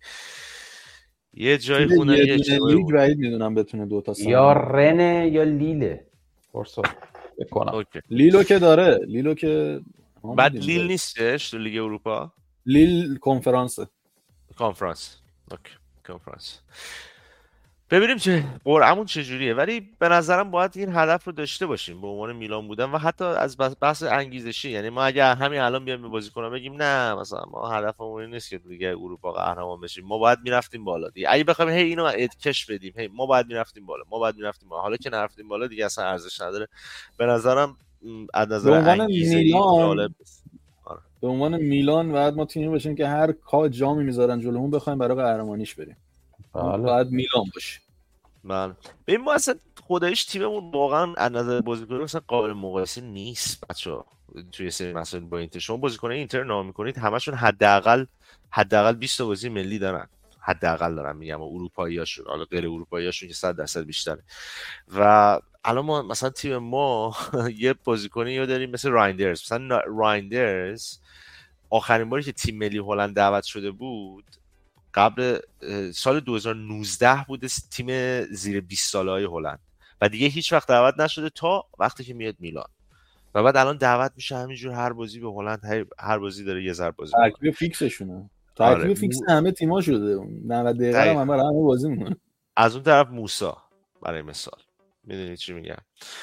یه جایی خودم یه اشتباهی لیگ بعید میدونم بتونه دو تا سهم یا رنه یا لیله فرصت بکنم. لیلو که داره، لیلو که بعد لیل داره. نیستش تو لیگ اروپا؟ لیل کنفرانسه. کنفرانس. اوکی کنفرانس. ببینیم چه قرعمون چجوریه، ولی به نظرم باید این هدف رو داشته باشیم به عنوان میلان بودن و حتی از بحث انگیزشی. یعنی ما اگه همین الان بیایم به بازیکن‌ها بگیم نه مثلا ما هدفمون این نیست که دیگه اروپا قهرمان بشیم، ما باید میرفتیم بالا دیگه. اگه بخوایم هی اینو ادکش بدیم هی ما باید میرفتیم بالا، ما باید میرفتیم بالا، حالا که نرفتیم بالا دیگه اصلا ارزش نداره. به نظرم از نظر انگیزه جالب به عنوان میلان باید ما تیمی باشیم که هر کا جامی میذارن جلومون بخوایم برای قهرمانیش بریم. باید میلان باشه. بله. ببین ما اصلا خداییش تیممون واقعا از نظر بازیکنی مثلا قابل مقایسه نیست بچه‌ها. توی سری مثلا با اینتر شما بازیکنای اینتر نام می‌کنید همشون حداقل حداقل بیست تا بازی ملی دارن. حداقل دارم میگم اروپاییاشون، حالا غیر اروپاییاشون که صد درصد بیشتره. و الان ما مثلا تیم ما یه بازیکنی رو داریم مثل رایندرز. مثلا رایندرز آخرین باری که تیم ملی هلند دعوت شده بود قبل سال دو هزار و نوزده بوده، تیم زیر بیست ساله‌های هلند، و دیگه هیچ وقت دعوت نشده تا وقتی که میاد میلان و بعد الان دعوت میشه همینجور هر بازی به هلند، هر بازی داره یه ضربه بازی. ترکیب فیکسشونه. ترکیب آره. فیکس همه تیم‌ها شده. نود دقیقه هم همه همه بازی می‌کنه. از اون طرف موسی برای مثال میدونید چی میگم،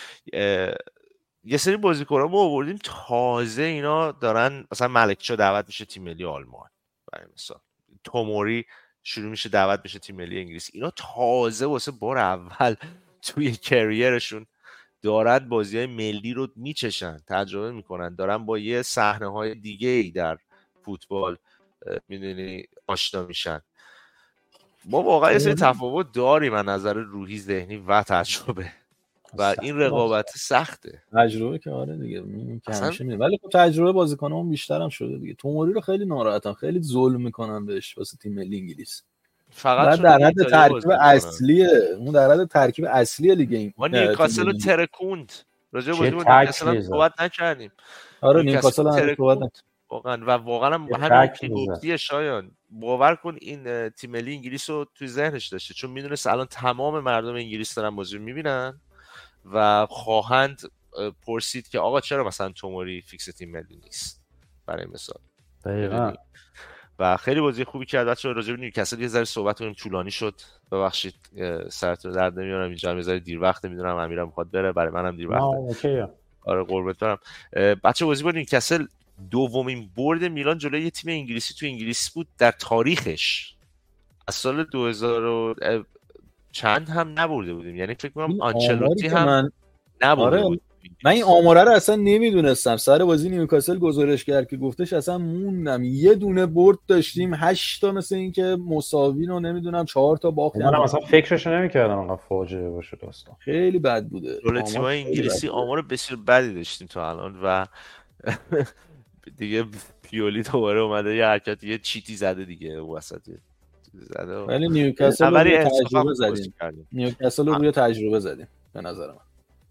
یه سری بازیکن‌ها ما آوردیم تازه اینا دارن مثلا ملکچا دعوت میشه تیم ملی آلمان برای مثال، توموری شروع میشه دعوت میشه تیم ملی انگلیس. اینا تازه واسه بار اول توی کریرشون دارن بازی‌های ملی رو میچشن، تجربه میکنن، دارن با یه صحنه‌های دیگه‌ای در فوتبال میدونی آشنا میشن. ما واقعا یه سری تفاوت داریم از نظر روحی، ذهنی و تجربه و این رقابت سخته. تجربه که آره دیگه که همیشه میاد، ولی خب تجربه بازیکنامون بیشتر هم شده دیگه. توموری رو خیلی ناراحتم، خیلی ظلم میکنن بهش واسه تیم ملی انگلیس. فقط در حد ترکیب اصلیه، اون در حد ترکیب اصلی لیگ این. ما نیوکاسل رو ترکوند. راجع به نیوکاسل صحبت نکردیم. آره نیوکاسل هم صحبت نکردیم. واقعا و واقعا هم همین که گفتی شایان، باور کن این تیم ملی انگلیس رو توی ذهنش داشته، چون میدونه الان تمام مردم انگلیس دارن بازی رو میبینن و خواهند پرسید که آقا چرا مثلا توموری فیکس تیم ملی نیست برای مثال. دقیقاً. و خیلی بازی خوبی کرد. بچه‌ها راجع به نیوکاسل یه ذره صحبت کنیم، طولانی شد ببخشید، سرتون درد نمیارم اینجا یه ذره دیر وقته، میدونم امیرم میخواد بره، برای منم دیر وقته. اوکیه. آره قربونت برم. بچه‌ها بازی با نیوکاسل دومین برد میلان جلوی یه تیم انگلیسی تو انگلیس بود در تاریخش. از سال دو هزار و چند هم نبرده بودیم، یعنی فکر کنم آنچلوتی هم من... نبرده آره. بود. من این آماره رو اصلا نمیدونستم. سر بازی نیوکاسل گزارش کرد که گفتش اصلا موندم یه دونه برد داشتیم، هشت تا مثل این که مساوی رو نمیدونم چهار تا باختیم. من اصلا فکرش نمی‌کردم انقدر فاجعه باشه داستان. خیلی بد بوده. جلوی تیم‌های انگلیسی آمار بسیار بدی داشتیم تا الان و دیگه پیولی دوباره اومده یه حرکت یه چیتی زده دیگه وسط زده. ولی نیوکاسل رو روی تجربه زدیم. نیوکاسل رو روی تجربه زدیم به نظر من.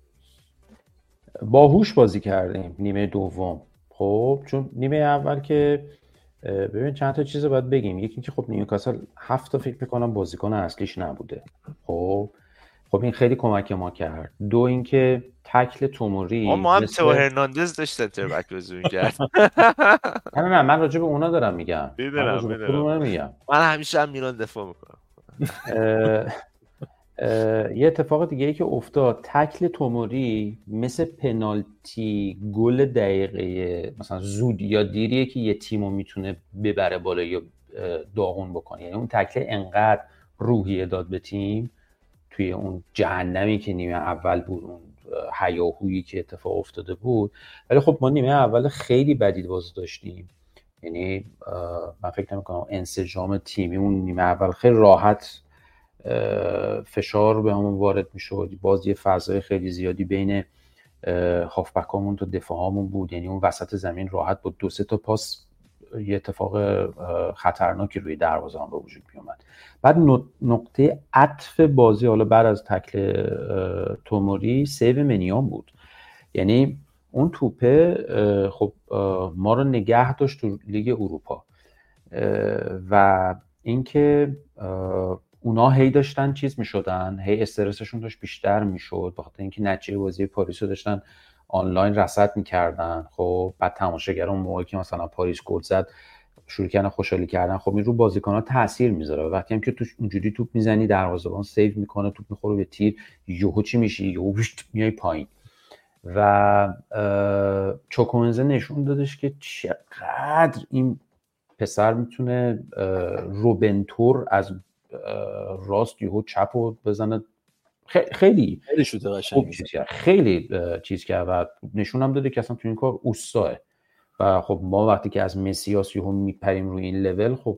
باهوش بازی کردیم نیمه دوم. خب چون نیمه اول که ببین چند تا چیز باید بگیم. یکی اینکه خب نیوکاسل هفت تا فکر می‌کنم بازیکن اصلیش نبوده. خب خب این خیلی کمک ما کرد. دو اینکه تکل توموری ما هم تو هرناندز داشت سنتر بک بازی می‌کرد. نه نه من راجع به اونا دارم میگم. میدونم میدونم. میگم. من همیشه هم میلان دفاع می‌کنم. یه اتفاق دیگه ای که افتاد، تکل توموری مثل پنالتی گل دقیقه مثلا زود یا دیریه که یه تیمو میتونه ببره بالا یا داغون بکنه. یعنی اون تکل انقدر روحیه داد به تیم توی اون جهنمی که نیمه اول بود، اون هیاهویی که اتفاق افتاده بود. ولی خب ما نیمه اول خیلی بدی باز داشتیم، یعنی من فکر نمی‌کنم انسجام تیمی اون نیمه اول خیلی راحت فشار به همون وارد میشد. باز یه فضای خیلی زیادی بین هافبکامون تا دفاعامون بود، یعنی اون وسط زمین راحت با دو سه تا پاس یه اتفاق خطرناکی روی دروازه هم به وجود می اومد. بعد نقطه عطف بازی حالا بعد از تکل توموری سیو منیان بود. یعنی اون توپه خب ما رو نگه داشت تو لیگ اروپا و اینکه اونا هی داشتن چیز میشدن، هی استرسشون داشت بیشتر میشد بخاطر اینکه نتیجه بازی پاریس رو داشتن آنلاین رصد میکردن. خب بعد تماشاگران موقعی که مثلا پاریس گل زد شروع کردن خوشحالی کردن، خب این رو بازیکن‌ها تاثیر میذاره. وقتی هم که تو اونجوری توپ میزنی دروازه‌بان سیو میکنه، توپ میخوره به تیر، یهو چی میشی؟ یهو میای پایین. و چوکومنزه نشون دادش که چقدر این پسر میتونه روبنتور از راست یهو چپو بزنه. خیلی خیلی شوت قشنگی چیز کرد، خیلی چیز کرد و نشون هم داده که اصلا تو این کار اوستاه. و خب ما وقتی که از مسیاس یهو میپریم روی این لول، خب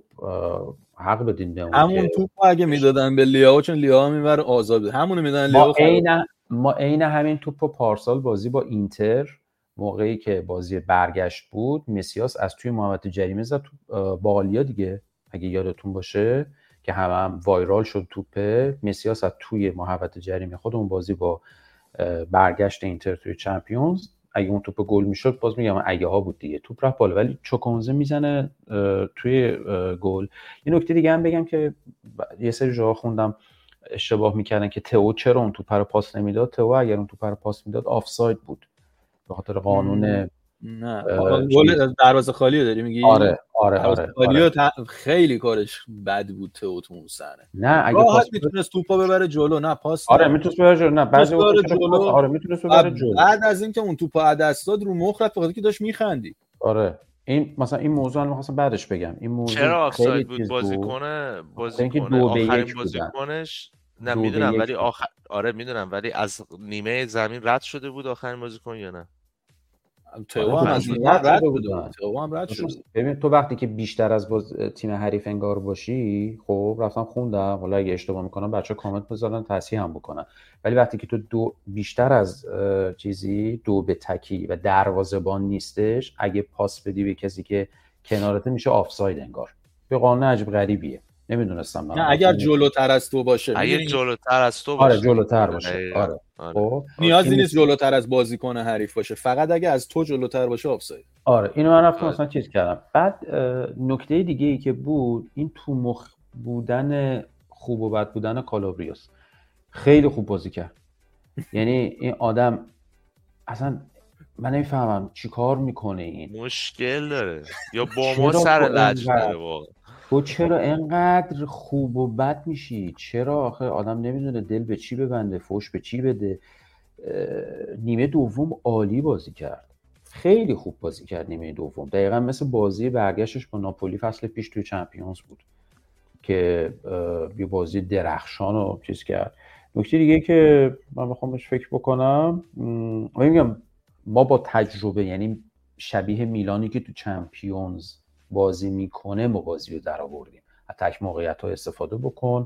حق بدین به اون. همون توپ اگه میدادن به لیاو، چون لیاو میبره آزاد، همون میدادن لیاو. ما عین ما عین همین توپو پارسال بازی با اینتر موقعی که بازی برگشت بود، مسیاس از توی محوطه جریمه زد تو بالیا دیگه، اگه یادتون باشه که همه هم وایرال شد توپه. مسیاس از توی محوطه جریمه خود اون بازی با برگشت اینتر توی چمپیونز، اگه اون توپ گل میشد، باز میگم اگه ها بود دیگه، توپ رفت بالا، ولی چوکونزه میزنه توی گل. یه نکته دیگه هم بگم که یه سری جاها خوندم اشتباه میکردن که تئو چرا اون توپ رو پاس نمیداد. تئو اگر اون توپ رو پاس میداد آفساید بود به خاطر قانون. نه گل دروازه خالی رو داری میگی؟ آره آره آره, آره. ت... خیلی کارش بد بود تئو تو اون صحنه. نه اگه پاس میتونست توپو ببره جلو، نه پاس. آره میتونست ببره جلو، نه بعضی وقتا جلو. آره میتونست ببره جلو. بعد از اینکه اون توپو از دست داد رو مخ رفت، فقط که داشت میخندی. آره این مثلا این موضوع رو می‌خواستم بعدش بگم. این موضوع چرا آفساید بود؟ بازیکن بازیکن آخرین بازیکنش نمیدونم، ولی آخر آره میدونم، ولی از نیمه زمین رد شده بود آخرین بازیکن یا نه؟ تئو هم از نیمه رد بود. تئو هم رد شد. ببین تو وقتی که بیشتر از باز... تیم حریف انگار باشی، خب رفتم خوندم، حالا اگه اشتباه میکنم بچه‌ها کامنت بذارن تصحیح هم بکنن، ولی وقتی که تو دو بیشتر از چیزی دو به تکی و دروازه‌بان نیستش، اگه پاس بدی به کسی که کنارته میشه آفساید انگار. به قانون عجیب غریبیه، نمیدونستم. نه اگر جلوتر از تو باشه، اگر جلوتر از تو باشه، آره جلوتر باشه، آره خب نیازی نیست جلوتر از بازیکن حریف باشه، فقط اگه از تو جلوتر باشه آفساید. آره اینو من رفتم مثلا چیز کردم. بعد نکته دیگه ای که بود، این تو مخ بودن خوب و بد بودن کالابریوس. خیلی خوب بازی کرد. یعنی این آدم اصلا من نمیفهمم چیکار میکنه، این مشکل داره یا با ما سر لج داره واقعا. تو چرا انقدر خوب و بد میشی؟ چرا آخه آدم نمیدونه دل به چی ببنده، فوش به چی بده. نیمه دوم عالی بازی کرد، خیلی خوب بازی کرد نیمه دوم، دقیقا مثل بازی برگشتش با ناپولی فصل پیش توی چمپیونز بود که یه بازی درخشان رو چیز کرد. نکته دیگه که من بخوام بهش فکر بکنم، میگم ما با تجربه، یعنی شبیه میلانی که تو چمپیونز بازی میکنه، ما بازی رو در آوردیم. از تک موقعیت‌ها استفاده بکن،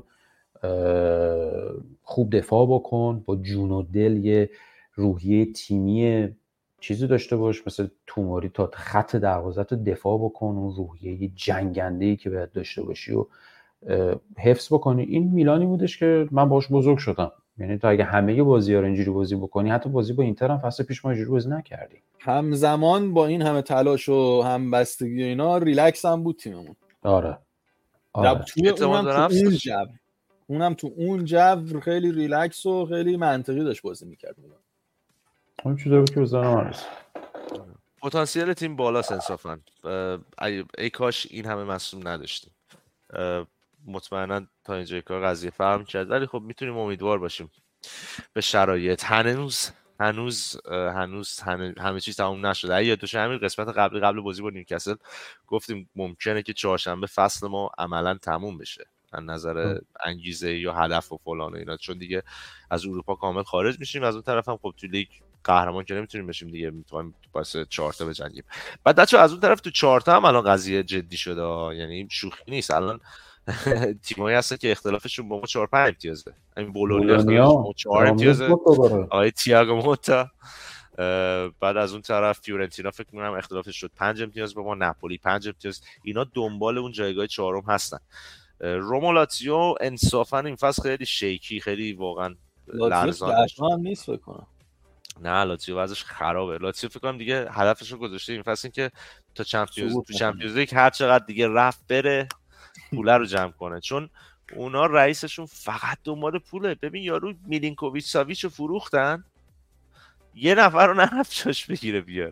خوب دفاع بکن، با جون و دل یه روحیه تیمی چیزی داشته باش، مثل توموری تا خط دروازه‌ت دفاع بکن، اون روحیه جنگنده‌ای که باید داشته باشی و حفظ بکنی. این میلانی بودش که من باهاش بزرگ شدم. یعنی تا اگه همه بازی‌ها رو اینجوری بازی بکنی، حتی بازی با اینتر هم فصل پیش ما اینجوری بازی نکردیم. همزمان با این همه تلاش و هم بستگی و اینا ریلکس هم بود تیممون. آره. آره. توی اونم تو اون جو اونم تو اون جو خیلی ریلکس و خیلی منطقی داشت بازی می‌کرد. اون چیزایی که بزنم هست. پتانسیل تیم بالاست انصافا. ای, ای کاش این همه مصدوم نداشتیم. مطمئنا تا اینجای کار قضیه فهم کرد، ولی خب میتونیم امیدوار باشیم به شرایط. هنوز هنوز هنوز همه چیز تموم نشده. اگه یادتونه همین قسمت قبل قبل بازی با نیوکاسل گفتیم ممکنه که چهارشنبه فصل ما عملا تموم بشه از نظر انگیزه یا هدف و فلان و اینا، چون دیگه از اروپا کامل خارج میشیم. از اون طرف هم خب تو لیگ قهرمان که نمیتونیم بشیم دیگه، میتونیم واسه چهار تا بجنگیم. بعد بچه‌ها از اون طرف تو چهار تا هم الان قضیه جدی شده، یعنی شوخی نیست. الان تیمایی هستن که اختلافشون با ما چهار پنج امتیازه. این بولونیا اختلافش با چهار امتیازه، آقای تییاگو موتا. بعد از اون طرف فیورنتینا فکر می‌کنم اختلافش شد پنج امتیاز با ما، ناپولی پنج امتیاز. اینا دنبال اون جایگاه چهارم هستن. روما لاتزیو انصافا این فصل خیلی شیکی، خیلی واقعا لرزان هم نیست فکر کنم. نه لاتزیو وضعش خرابه. لاتزیو فکر کنم دیگه هدفش رو گذاشته این فصل این که تا چمپیونز تو چمپیونز لیگ هر چقدر دیگه رفت بره پول رو جمع کنه، چون اونا رئیسشون فقط دنبال پوله. ببین یارو میلینکوویچ ساویچ رو فروختن، یه نفر رو نرفت جاش بگیره بیاره.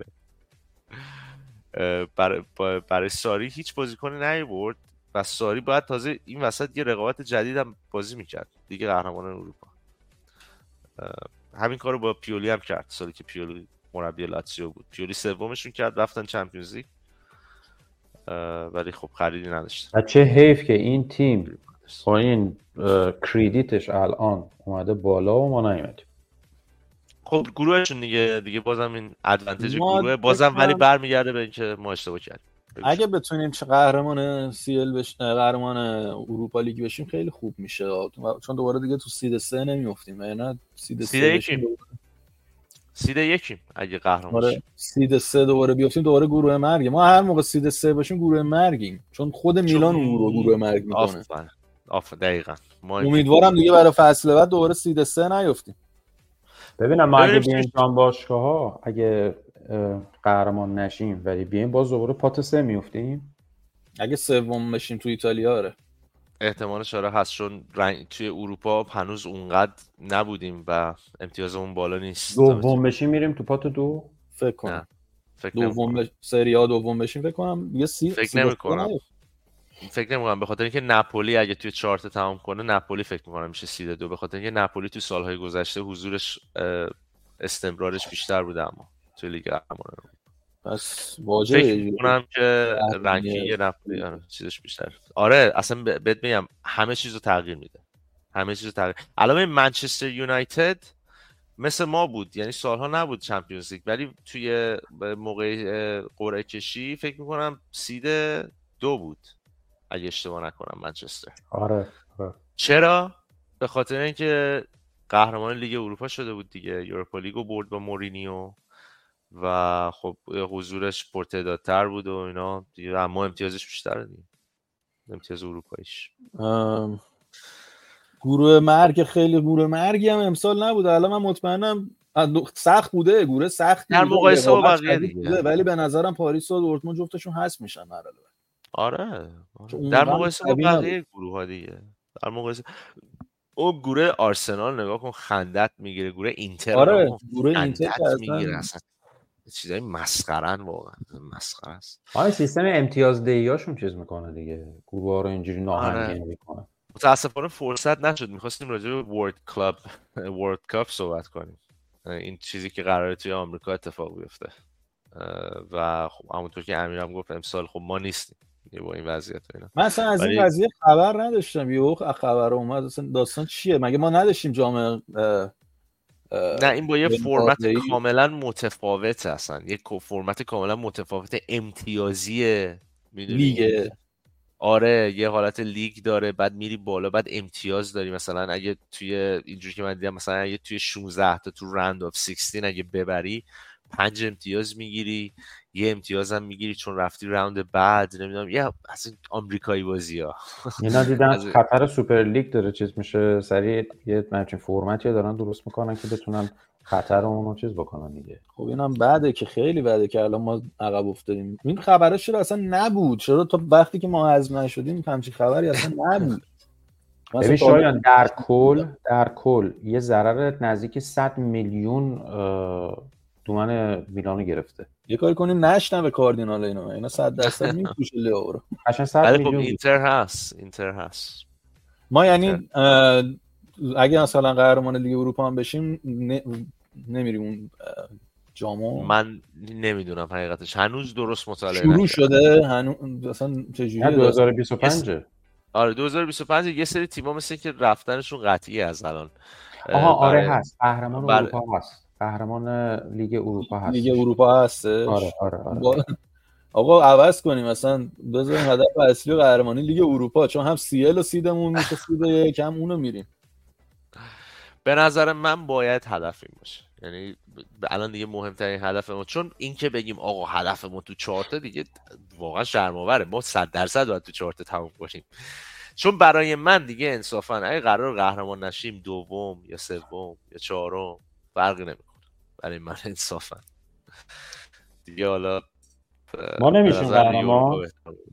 برای برای ساری هیچ بازیکنی نیاورد و ساری باید تازه این وسط یه رقابت جدید هم بازی میکرد، دیگه قهرمان اروپا. همین کارو با پیولی هم کرد سالی که پیولی مربی لاتزیو بود. پیولی سومشون کرد رفتن چمپیونز لیگ، ولی خب خریدی نداشت. چه حیف که این تیم با این کردیتش الان اومده بالا و ما نیومدیم. خب گروهشون دیگه دیگه بازم این ادوانتیج گروه بازم، ولی برمیگرده به اینکه ما اشتباه کردیم. اگه بتونیم چه قهرمان سی ال بش قهرمان اروپا لیگ بشیم خیلی خوب میشه، چون دوباره دیگه تو سید سه نمیافتیم. نه سید سه یکیم سید یکیم اگه قهرمان بشیم. سید سه دوباره بیافتیم دوباره گروه مرگ. ما هر موقع سید سه باشیم گروه مرگیم، چون خود میلان اون گروه گروه مرگ میکنه. آفرین آفرین دقیقاً. امیدوارم دیگه برای فصل بعد دوباره سید سه نیافتیم. ببینم ما اگه بیایم جام باشگاه‌ها اگه قهرمان نشیم ولی بیایم باز دوباره پات سه میافتیم. اگه سوم بشیم تو ایتالیا آره احتمالش آره هست، چون رنگ توی اروپا هنوز اونقدر نبودیم و امتیازمون بالا نیست. دوم بشیم میریم تو پات دو فکر کنم. فکر دوم بش... سری آ دوم بشیم فکر کنم یه سی فکر نمی‌کنم. فکر نمی‌کنم به خاطر اینکه ناپولی اگه توی چهار تا تمام کنه ناپولی فکر می‌کنم میشه سید دو، به خاطر اینکه ناپولی تو سال‌های گذشته حضورش استمرارش بیشتر بوده اما توی لیگ قهرمانان. پس واجبه فکر می‌کنم که رنکینگ ناپولی آره چیزش بیشتر. آره اصلا بهت میگم همه چیزو تغییر میده. همه چیزو تغییر. علاوه منچستر یونایتد مثل ما بود، یعنی سالها نبود چمپیونز لیگ، ولی توی موقع قرعه کشی فکر می‌کنم سید دو بود اگه اشتباه نکنم منچستر. آره آره. چرا؟ به خاطر اینکه قهرمان لیگ اروپا شده بود دیگه، یوروپا لیگو برد با مورینیو و خب حضورش پرتعدادتر بود و اینا دیگه، اما امتیازش بیشتره دیگه، امتیاز اروپاییش. گروه مرگ خیلی گروه مرگی هم امسال نبوده. الان من مطمئنم سخت بوده، گروه سختی در مقایسه با بقیه دیگه، ولی به نظرم پاریس و دورتموند جفتشون حذف میشن هر حال. آره, آره. در مقایسه با بقیه گروه‌ها دیگه، در مقایسه او گروه آرسنال نگاه کن خندت میگیره، گروه اینتر آره گروه اینتر میگیره، اصلا چیزای مسخره‌ن، واقعا مسخره است. آره سیستم امتیاز دهیاشون چیز میکنه دیگه، گروه‌ها رو اینجوری ناهمگین آره. میکنه. متاسفانه فرصت نشد، می‌خواستیم راجع به ورلد کلاب ورلد کاپ صحبت کنیم، این چیزی که قراره توی آمریکا اتفاق بیفته و خب همونطور که امیرم گفت امسال خب ما نیستیم دیگه با این وضعیت اینا. من اصلا از این قضیه خبر نداشتم، یهو خبر اومد. اصلا داستان چیه؟ مگه ما نداشتیم جام؟ نه این با یه فرمت کاملا متفاوته، اصلا یه فرمت کاملا متفاوت امتیازی لیگ. آره یه حالت لیگ داره، بعد میری بالا بعد امتیاز داری. مثلا اگه توی اینجوری که من دیدم مثلا اگه توی شانزده تا تو راند اف شانزده اگه ببری پنج امتیاز میگیری، یه امتیاز هم میگیری چون رفتی راوند بعد، نمیدونم یه از این آمریکایی بازی‌ها. اینا دیدن از خطر سوپر لیگ داره چیز میشه، سریع یه همچین فرمتی دارن درست میکنن که بتونن خطر اونو چیز بکنن دیگه. خب اینم بعده که خیلی بعده که الان ما عقب افتادیم. این خبرا چرا اصلا نبود؟ چرا تا وقتی که ما حذف نشدیم همچین خبری اصلا نبود؟ ببین شایان در کل در کل یه ضرر نزدیک صد میلیون تومن میلانو گرفته. یه کاری کنیم نشنه به کاردینال اینا اینا صد درصد میفروشه لیو رو. قشنگ صد ولی خب میلیون اینتر هست اینتر هست ما یعنی اگه مثلا قهرمان لیگ اروپا هم بشیم ن... نمیریم اون جامو. من نمیدونم حقیقتش هنوز درست مطالعه شروع نکردم. شده هنوز اصلا چجوریه دو هزار و بیست و پنج. آره دو هزار و بیست و پنج یه سری تیم‌ها مثل که رفتنشون قطعی از الان. آها آره برای... هست قهرمان برای... اروپا هست قهرمان لیگ اروپا هست لیگ اروپا هست. آره آره آره با... آقا عوض کنیم مثلا بذاریم هدف اصلی و قهرمانی لیگ اروپا، چون هم سی ال و سیدمون میشه سید یکم اونو میریم. به نظر من باید هدف این باشه، یعنی الان دیگه مهمترین هدف ما، چون این که بگیم آقا هدف ما تو چهار تا دیگه واقعا شرم‌آوره، ما صد درصد باید تو چهار تا تموم کنیم. چون برای من دیگه انصافا اگه قرار قهرمان نشیم دوم یا سوم یا چهارم فرقی نمیکنه برای من انصافا دیگه. حالا ما نمیشیم قهرمان،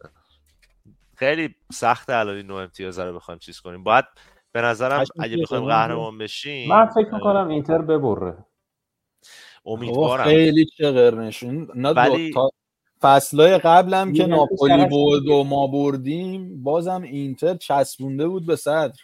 خیلی سخته الان این نوع امتیاز رو بخوایم چیز کنیم. باید به نظرم اگه بخوایم قهرمان بشیم من فکر میکنم اینتر ببره. امیدوارم. خیلی چغر نشون ولی تا فصلای قبلم که ناپولی بود و ما بردیم بازم اینتر چسبونده بود به صدر.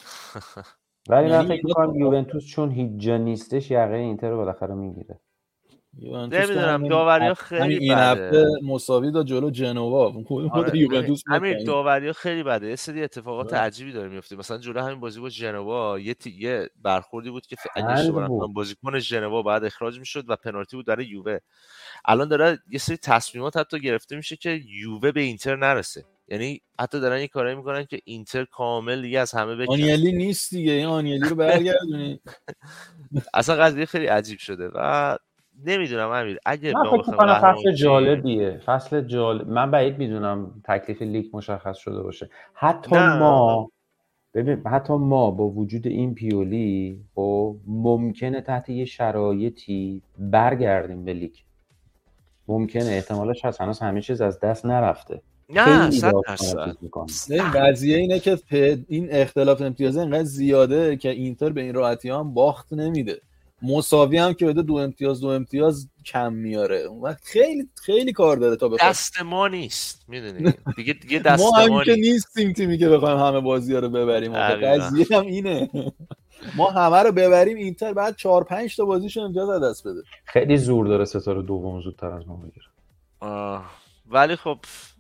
ولی من فکر میکنم یوونتوس چون هیچ جا نیستش یقه اینتر رو بالاخره میگیره. نمیدونم داوریا خیلی این هفته مساوی داد جلو جنوا. آره. یوونتوس همین داوریا خیلی بده. یه سری اتفاقات آره. عجیبی داره میفته. مثلا جلو همین بازی با جنوا یه تی... یه برخوردی بود که اگه اشتباه نکنم بازیکن جنوا بعد اخراج میشد و پنالتی بود برای یووه. الان داره یه سری تصمیمات حتی گرفته میشه که یووه به اینتر نرسه، یعنی حتی دارن این کارایی میکنن که اینتر کامل دیگه از همه بکنه. آنیلی نیست دیگه، این آنیلی رو برگردونی. اصلا قضیه خیلی عجیب شده و نمیدونم امیر اگه من فکر می‌کنم فصل جالبیه، فصل جالب. من بعید میدونم تکلیف لیگ مشخص شده باشه. حتی نه. ما ببین حتی ما با وجود این پیولی و ممکنه تحت یه شرایطی برگردیم به لیگ. ممکنه، احتمالش هست، هنوز همه چیز از دست نرفته. نه صد درصد. قضیه اینه که این اختلاف امتیازی اینقدر زیاده که اینتر به این راحتی هم باخت نمیده. مساوی هم که بده دو امتیاز دو امتیاز کم میاره. اون وقت خیلی خیلی کار داره تا بخواد. دست ما نیست، میدونی دیگه دیگه دست ما, ما هم که نیست. نیستیم تیمی که بخوایم همه بازی‌ها رو ببریم. قضیه هم اینه. ما همه رو ببریم اینتر بعد چهار پنج تا بازیشو امتیاز از دست بده. خیلی زور داره ستاره دوم زودتر از ما بگیره. ولی خب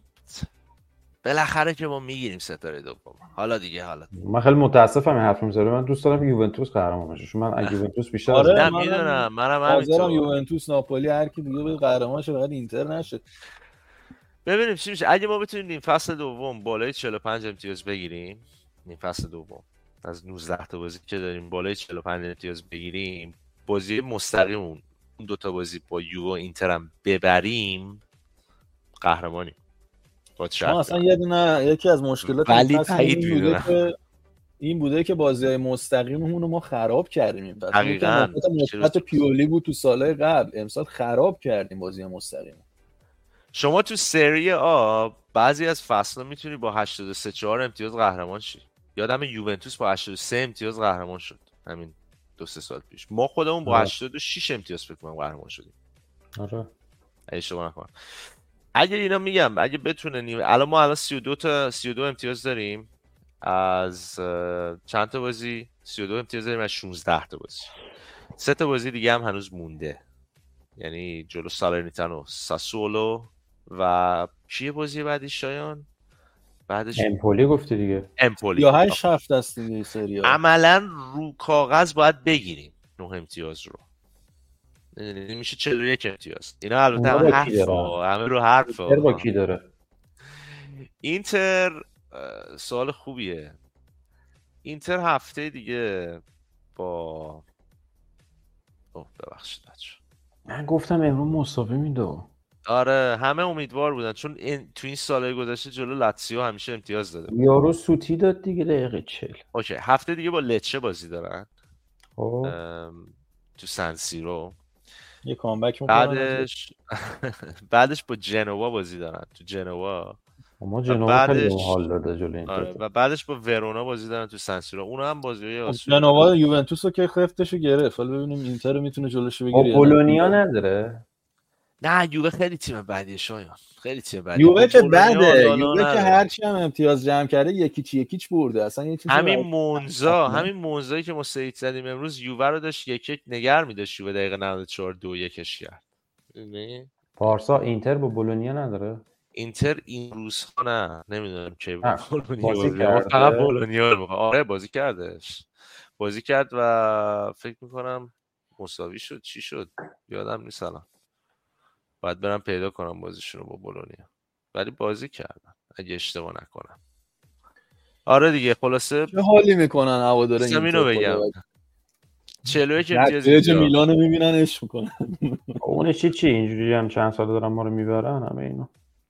بالاخره که ما میگیریم ستاره دوم. حالا دیگه حالا من خیلی متاسفم این حرف میذارم. من دوست دارم یوونتوس قهرمان بشه، چون من اگه یوونتوس بیشتر آره از میدونم منم همینطور یوونتوس ناپولی هر کی دیگه به قهرمان شه فقط اینتر نشه. ببینیم چی میشه. اگه ما بتونیم این فصل دوم بالای چهل و پنج امتیاز بگیریم، این فصل دوم از نوزده تا بازی که داریم بالای چهل و پنج امتیاز بگیریم، بازی مستقیم اون دو تا بازی با یووه و اینتر هم ببریم، قهرمانیم. ما اصلا یه دونه یکی از مشکلات ولی تایید بوده که این بوده که بازی‌های مستقیممون رو ما خراب کردیم. دقیقاً مثبت پیولی بود تو سالهای قبل، امسال خراب کردیم بازی مستقیم. شما تو سری آ بعضی از فصل‌ها میتونی با هشتاد و سه چهار امتیاز قهرمان شی. یادم یوونتوس با هشتاد و سه امتیاز قهرمان شد همین دو سه سال پیش. ما خودمون با هشتاد و شش امتیاز فکر کنم قهرمان شدیم. آره. اشتباه نکنم. اگه اینا میگم اگه بتونه نیم الان ما الان سی و دو تا سی و دو امتیاز داریم از چند تا بازی، سی و دو امتیاز داریم از شانزده تا بازی. سه تا بازی دیگه هم هنوز مونده، یعنی جلو سالرنیتانو، ساسولو و چیه بازی بعدی شایان؟ بعدش امپولی گفتی دیگه. امپولی یا هشت هفت است دیگه سری. عملاً رو کاغذ باید بگیریم نه امتیاز رو. یعنی میشه چهل و یک امتیاز. اینا البته همه حرفا، همه رو حرفا. اینتر با کی داره؟ اینتر سوال خوبیه. اینتر هفته دیگه با اوه ببخشید بچه من گفتم امروز مساوی میده. آره همه امیدوار بودن چون این تو این سالهای گذشته جلو لاتزیو همیشه امتیاز داده. یارو سوتی داد دیگه دقیقه چهل. اوکی هفته دیگه با لچه بازی دارن. خب تو سن سیرو یه کامبک میکنن. بعدش بعدش با جنوا بازی دارن تو جنوا ما جنوا خیلی حال داده جلوی این. آره و بعدش با ورونا بازی دارن تو سنسیرو، اونها هم بازیای آسون. جنوا یوونتوس رو که خفتشو گرفت، حالا ببینیم اینتر رو میتونه جلوشو بگیره. بولونیا نداره. نه یووه خیلی تیم بدیه شایان، خیلی تیم بدیه. یووه که بده، یووه که هرچی هم امتیاز جمع کرده یکی چی یکیچ برده اصلا یه چیزی. همین مونزا همین مونزایی که ما سید زدیم امروز یووه رو داشت یک یک نگر می‌داشت، یووه دقیقه نود و چهار دو یکش کرد. ببین پارسا اینتر با بولونیا نداره. اینتر این روزها نه نمیدونم چه بولونیا بازی کرد، فقط بولونیا رو می‌خواد. آره بازی کردش، بازی کرد و فکر می‌کنم مساوی شد، چی شد یادم نیست الان، باید برم پیدا کنم بازیشون رو با بولونیا، ولی بازی کردن اگه اشتباه نکنم. آره دیگه خلاصه چه حالی میکنن هواداره اینو بگم چهل و یک امتیاز اینجا میلانو میبینن عشق میکنن. اون چی چی اینجوری هم چند سال دارن ما رو میبرن همه اینا.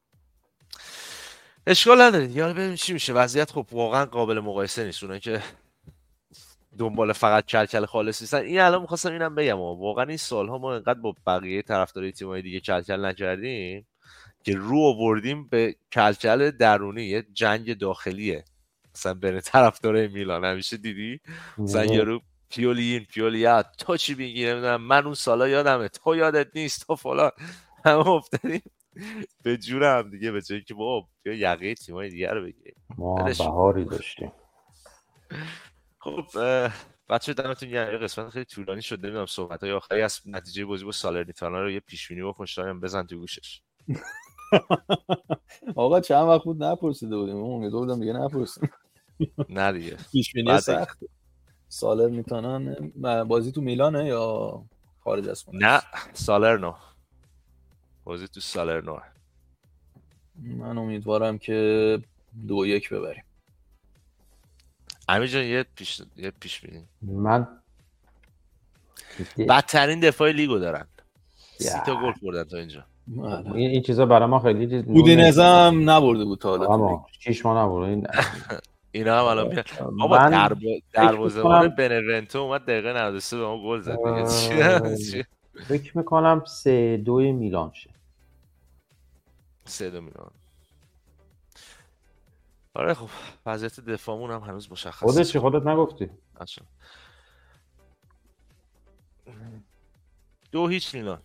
اشکال نداره دیگه، حالا ببینیم چی میشه. وضعیت خب واقعا قابل مقایسه نیست، اونایی که دنبال فقط کلکل خالص نیستن. این الان می‌خواستم اینم بگم واقعا این سال‌ها ما انقدر با بقیه طرفدارای تیم‌های دیگه کلکل نکردیم که رو آوردیم به کلکل درونی، یه جنگ داخلیه مثلا بین طرفدارای میلان. همیشه دیدی مثلا یارو پیولین پیولیات تو چی میگی نمیدونم من اون سالا یادمه تو یادت نیست تو فلان، همه افتادیم به جون هم دیگه به جایی که بابا بیا یقه تیم‌های دیگه رو بگیریم. ما بهاری داشتیم. خب بچه دمتون گرم، یه قسمت خیلی طولانی شد، نمیدونم صحبت‌های آخری از نتیجه بازی با سالرنیتانا رو یه پیش‌بینی بکن شایم بزن تو گوشش. آقا چند وقت بود نپرسیده بودیم، امیدوار بودم دیگه نپرسیم. نه دیگه پیش‌بینی سخت. سالرنیتانا بازی تو میلانه یا خارج از خونه؟ نه سالرنو، بازی تو سالرنو. من امیدوارم که دو یک ببریم. امیر جان یه پیش یه پیش بینی. من بدترین دفاع لیگو دارن، سی تا گل خوردن تا اینجا. این این چیزا برای ما خیلی چیز اودینزه هم نبرده بود تا حالا، اما شش ماه نبرده این اینا هم الان میاد. بابا در دروازه‌بان بنرنتو اومد دقیقه نود و سه به ما گل زد دیگه. فکر می‌کنم سه دو میلان شه. سه دو میلان. آره خب وضعیت دفاعمون هم هنوز مشخصه. خودت چی خودت نگفتی؟ اصلا دو هیچ میلان.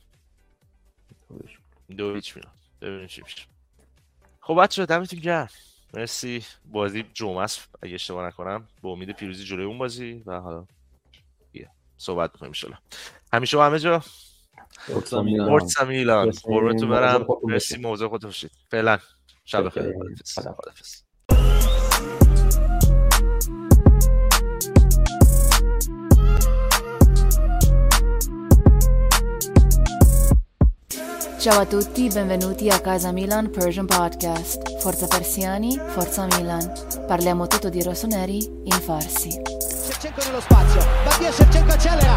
دو هیچ میلان. ببینیم چی میشه. خب بچه‌ها دمتون گرم. مرسی. بازی جمعه است اگه اشتباه نکنم، با امید پیروزی جلوی اون بازی و حالا یه صحبت می‌کنیم ان شاء الله. همیشه و همه جا فورتزا میلان. فورتزا میلان. قربونتون برم. مرسی، موضوع خودتون باشید. فعلا شب بخیر. خداحافظ. Ciao a tutti, benvenuti a Casa Milan Persian Podcast. Forza Persiani, Forza Milan. Parliamo tutto di rossoneri in farsi. Shevchenko nello spazio, va via Shevchenko accelera.